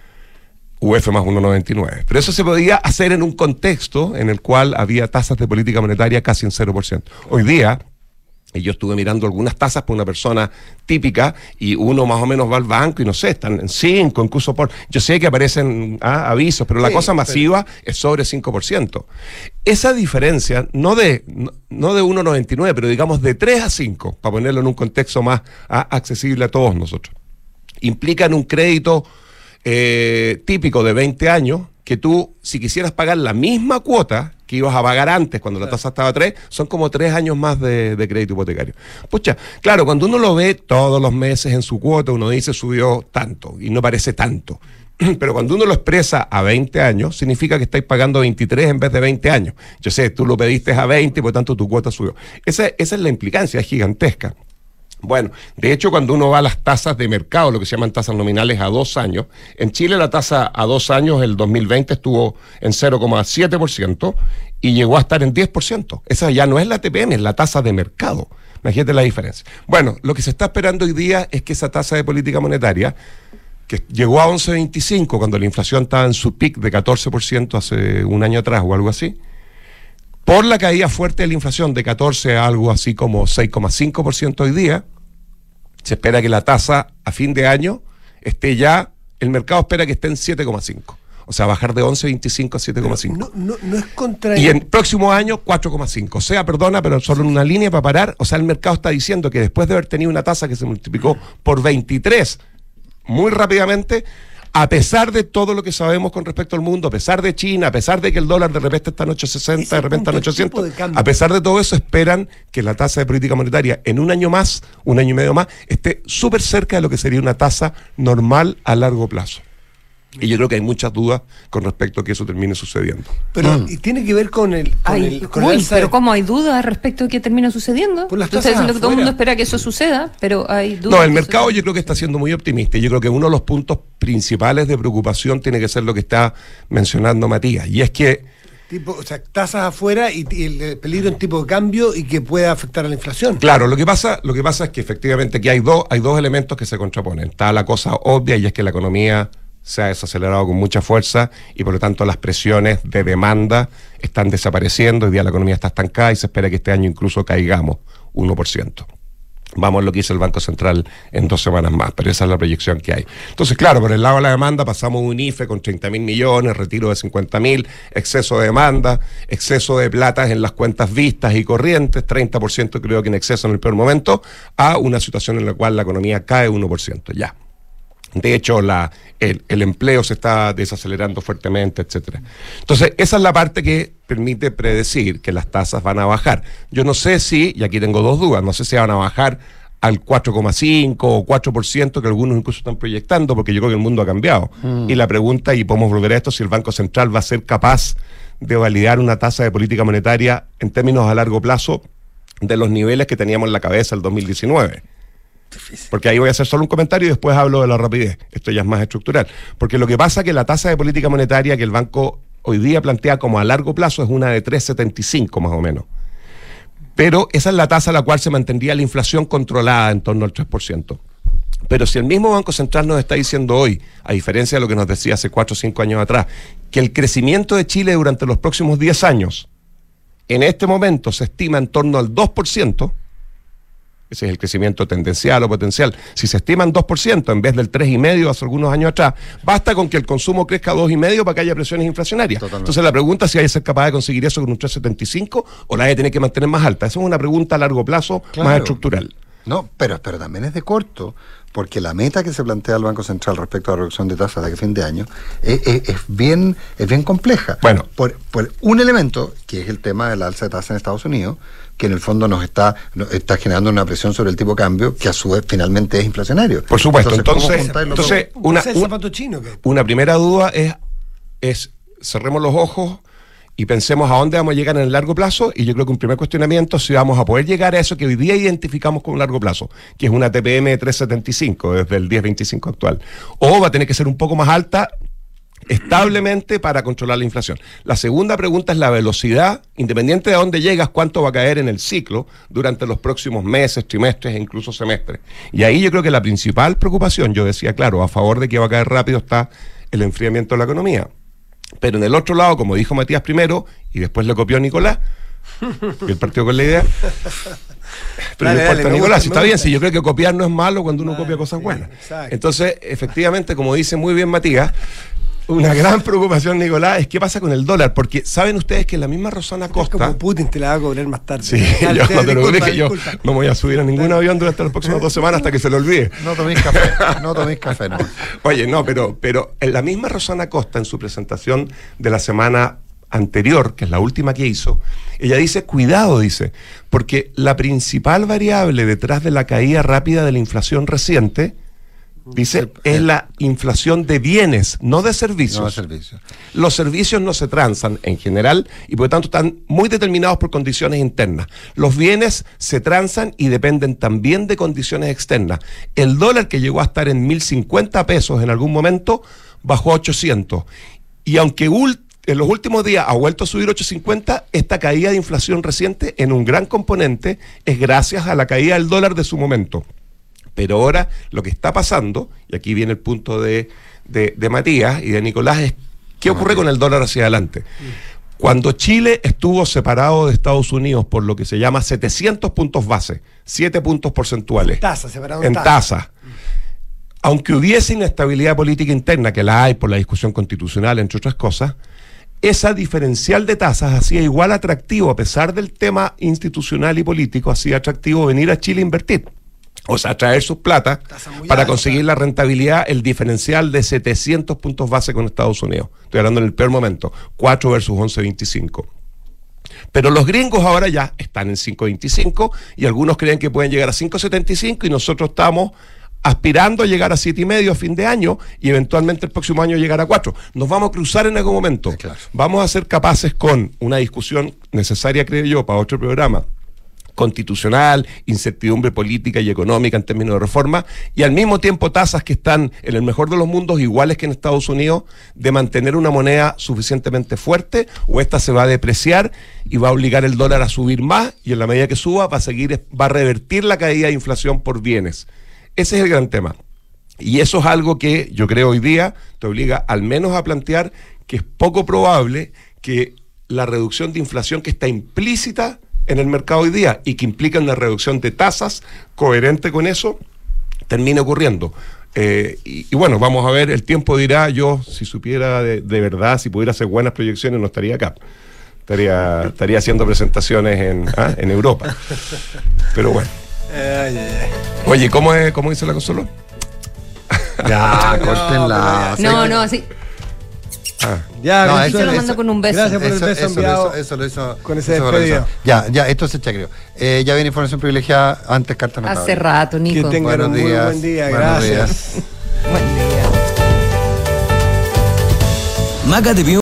S15: U F más uno coma noventa y nueve. Pero eso se podía hacer en un contexto en el cual había tasas de política monetaria casi en cero por ciento. Hoy día, y yo estuve mirando algunas tasas por una persona típica, y uno más o menos va al banco y no sé, están en cinco, incluso por... Yo sé que aparecen ah, avisos, pero la
S2: Sí,
S15: cosa masiva
S2: pero...
S15: es sobre cinco por ciento. Esa diferencia, no de, no, no de uno coma noventa y nueve, pero digamos de tres a cinco, para ponerlo en un contexto más ah, accesible a todos nosotros, implican un crédito Eh, típico de veinte años, que tú, si quisieras pagar la misma cuota que ibas a pagar antes cuando la tasa estaba a tres, son como tres años más de, de crédito hipotecario. Pucha, claro, cuando uno lo ve todos los meses en su cuota, uno dice subió tanto y no parece tanto. Pero cuando uno lo expresa a veinte años, significa que estáis pagando veintitrés en vez de veinte años. Yo sé, tú lo pediste a veinte y por tanto tu cuota subió. Esa, esa es la implicancia, es gigantesca. Bueno, de hecho, cuando uno va a las tasas de mercado, lo que se llaman tasas nominales a dos años, en Chile la tasa a dos años, el dos mil veinte, estuvo en cero coma siete por ciento y llegó a estar en diez por ciento. Esa ya no es la T P M, es la tasa de mercado. Imagínate la diferencia. Bueno, lo que se está esperando hoy día es que esa tasa de política monetaria, que llegó a once coma veinticinco cuando la inflación estaba en su pic de catorce por ciento hace un año atrás o algo así, por la caída fuerte de la inflación de catorce a algo así como seis coma cinco por ciento hoy día, se espera que la tasa a fin de año esté ya, el mercado espera que esté en siete coma cinco. O sea, bajar de once coma veinticinco a siete coma cinco.
S2: No, no, no es contra...
S15: Y en próximo año, cuatro coma cinco. O sea, perdona, pero solo en una línea para parar. O sea, el mercado está diciendo que después de haber tenido una tasa que se multiplicó por veintitrés muy rápidamente, a pesar de todo lo que sabemos con respecto al mundo, a pesar de China, a pesar de que el dólar de repente está en ochocientos sesenta, de repente está en ochocientos, a pesar de todo eso, esperan que la tasa de política monetaria en un año más, un año y medio más, esté súper cerca de lo que sería una tasa normal a largo plazo. Y yo creo que hay muchas dudas con respecto a que eso termine sucediendo.
S2: Pero, mm. y tiene que ver con el... Con
S3: Ay,
S2: el con
S3: uy,
S2: el alza
S3: pero
S2: de...
S3: ¿cómo hay dudas respecto a que termina sucediendo?
S2: Por las
S3: Entonces
S2: tasas
S3: es lo que todo el
S2: afuera.
S3: mundo espera que eso suceda, pero hay dudas.
S15: No, el mercado yo creo que está siendo muy optimista. Yo creo que uno de los puntos principales de preocupación tiene que ser lo que está mencionando Matías. Y es que...
S2: Tipo, o sea, tasas afuera y, y el peligro en tipo de cambio y que pueda afectar a la inflación.
S15: Claro, lo que pasa, lo que pasa es que efectivamente aquí hay dos, hay dos elementos que se contraponen. Está la cosa obvia y es que la economía se ha desacelerado con mucha fuerza y por lo tanto las presiones de demanda están desapareciendo. Hoy día la economía está estancada y se espera que este año incluso caigamos uno por ciento. Vamos a lo que dice el Banco Central en dos semanas más, pero esa es la proyección que hay. Entonces, claro, por el lado de la demanda pasamos un I F E con treinta mil millones, retiro de cincuenta mil, exceso de demanda, exceso de platas en las cuentas vistas y corrientes, treinta por ciento creo que en exceso en el peor momento, a una situación en la cual la economía cae uno por ciento ya. De hecho, la, el, el empleo se está desacelerando fuertemente, etcétera. Entonces, esa es la parte que permite predecir que las tasas van a bajar. Yo no sé si, y aquí tengo dos dudas, no sé si van a bajar al cuatro coma cinco o cuatro por ciento que algunos incluso están proyectando, porque yo creo que el mundo ha cambiado. Mm. Y la pregunta, y podemos volver a esto, si el Banco Central va a ser capaz de validar una tasa de política monetaria en términos a largo plazo de los niveles que teníamos en la cabeza el dos mil diecinueve. Difícil. Porque ahí voy a hacer solo un comentario y después hablo de la rapidez. Esto ya es más estructural. Porque lo que pasa es que la tasa de política monetaria que el banco hoy día plantea como a largo plazo es una de tres coma setenta y cinco más o menos. Pero esa es la tasa a la cual se mantendría la inflación controlada en torno al tres por ciento. Pero si el mismo Banco Central nos está diciendo hoy, a diferencia de lo que nos decía hace cuatro o cinco años atrás, que el crecimiento de Chile durante los próximos diez años, en este momento se estima en torno al dos por ciento, ese es el crecimiento tendencial o potencial. Si se estiman dos por ciento en vez del tres coma cinco por ciento hace algunos años atrás, basta con que el consumo crezca dos coma cinco por ciento para que haya presiones inflacionarias. Totalmente. Entonces la pregunta es si hay que ser capaz de conseguir eso con un tres coma setenta y cinco o la hay que tener que mantener más alta. Esa es una pregunta a largo plazo, claro, más estructural.
S1: No, pero, pero también es de corto, porque la meta que se plantea el Banco Central respecto a la reducción de tasas de aquí a fin de año es, es, es, bien, es bien compleja.
S15: Bueno,
S1: por, por un elemento, que es el tema de la alza de tasas en Estados Unidos, que en el fondo nos está, nos está generando una presión sobre el tipo de cambio, que a su vez finalmente es inflacionario.
S15: Por supuesto, entonces, entonces, entonces una, un, una primera duda es, es cerremos los ojos y pensemos a dónde vamos a llegar en el largo plazo, y yo creo que un primer cuestionamiento es si vamos a poder llegar a eso que hoy día identificamos como largo plazo, que es una T P M de tres coma setenta y cinco desde el diez veinticinco actual, o va a tener que ser un poco más alta establemente para controlar la inflación. La segunda pregunta es la velocidad, independiente de a dónde llegas, cuánto va a caer en el ciclo durante los próximos meses, trimestres e incluso semestres. Y ahí yo creo que la principal preocupación, yo decía, claro, a favor de que va a caer rápido está el enfriamiento de la economía. Pero en el otro lado, como dijo Matías primero, y después le copió Nicolás, y el partido con la idea. Pero dale, no importa, dale, Nicolás, si está bien, si yo creo que copiar no es malo cuando uno vale, copia cosas buenas. Exacto. Entonces, efectivamente, como dice muy bien Matías, una gran preocupación, Nicolás, es qué pasa con el dólar, porque saben ustedes que la misma Rosana Costa...
S2: Es como Putin te la va a cobrar más tarde.
S15: Sí, dale, yo, dale, disculpa, que yo no me voy a subir a ningún avión durante las próximas dos semanas hasta que se lo olvide.
S1: No toméis café, no toméis café, no.
S15: Oye, no, pero, pero en la misma Rosana Costa, en su presentación de la semana anterior, que es la última que hizo, ella dice, cuidado, dice, porque la principal variable detrás de la caída rápida de la inflación reciente, dice, es la inflación de bienes, no de servicios.
S1: No de servicios.
S15: Los servicios no se transan en general y por lo tanto están muy determinados por condiciones internas. Los bienes se transan y dependen también de condiciones externas. El dólar, que llegó a estar en mil cincuenta pesos en algún momento, bajó a ochocientos. Y aunque ult- en los últimos días ha vuelto a subir ochocientos cincuenta, esta caída de inflación reciente en un gran componente es gracias a la caída del dólar de su momento. Pero ahora lo que está pasando, y aquí viene el punto de, de, de Matías y de Nicolás, es qué ocurre con el dólar hacia adelante. Cuando Chile estuvo separado de Estados Unidos por lo que se llama setecientos puntos base, siete puntos porcentuales,
S2: Tasa, separado en
S15: en
S2: tasa.
S15: tasa, aunque hubiese inestabilidad política interna, que la hay por la discusión constitucional, entre otras cosas, esa diferencial de tasas hacía igual atractivo, a pesar del tema institucional y político, hacía atractivo venir a Chile a invertir. O sea, traer sus plata para
S2: alta.
S15: conseguir la rentabilidad, el diferencial de setecientos puntos base con Estados Unidos. Estoy hablando en el peor momento, cuatro versus once veinticinco. Pero los gringos ahora ya están en cinco veinticinco y algunos creen que pueden llegar a cinco setenta y cinco y nosotros estamos aspirando a llegar a siete y medio a fin de año y eventualmente el próximo año llegar a cuatro. Nos vamos a cruzar en algún momento.
S1: Sí, claro.
S15: Vamos a ser capaces, con una discusión necesaria, creo yo, para otro programa, constitucional, incertidumbre política y económica en términos de reforma, y al mismo tiempo tasas que están en el mejor de los mundos, iguales que en Estados Unidos, de mantener una moneda suficientemente fuerte, o esta se va a depreciar y va a obligar el dólar a subir más, y en la medida que suba va a seguir, va a revertir la caída de inflación por bienes. Ese es el gran tema. Y eso es algo que yo creo hoy día te obliga al menos a plantear que es poco probable que la reducción de inflación que está implícita en el mercado hoy día y que implica una reducción de tasas coherente con eso, termine ocurriendo. Eh, y, y bueno, vamos a ver, el tiempo dirá. Yo, si supiera de, de verdad, si pudiera hacer buenas proyecciones, no estaría acá. Estaría, estaría haciendo presentaciones en, ¿ah? en Europa. Pero bueno.
S2: Ay, ay, ay.
S15: Oye, ¿cómo, es, cómo dice la Consuelo?
S1: Ya, córtenla.
S3: No, no, sí.
S15: Ah.
S2: Ya,
S1: No,
S2: eso-
S3: Yo lo mando con un beso.
S2: Gracias por el
S1: Eso,
S2: beso
S1: eso,
S2: enviado.
S1: eso, eso lo hizo
S2: con ese
S1: eso lo
S2: despedido.
S1: hizo. Ya, ya, esto se chacreó. Eh, ya viene información privilegiada, antes cartas notables.
S3: Hace rato,
S2: Que
S3: Nico.
S2: tengan
S1: Buenos
S2: un muy
S1: días.
S2: buen día.
S1: Buenos
S2: Gracias.
S1: días.
S3: Buen día.
S8: Maca te pidió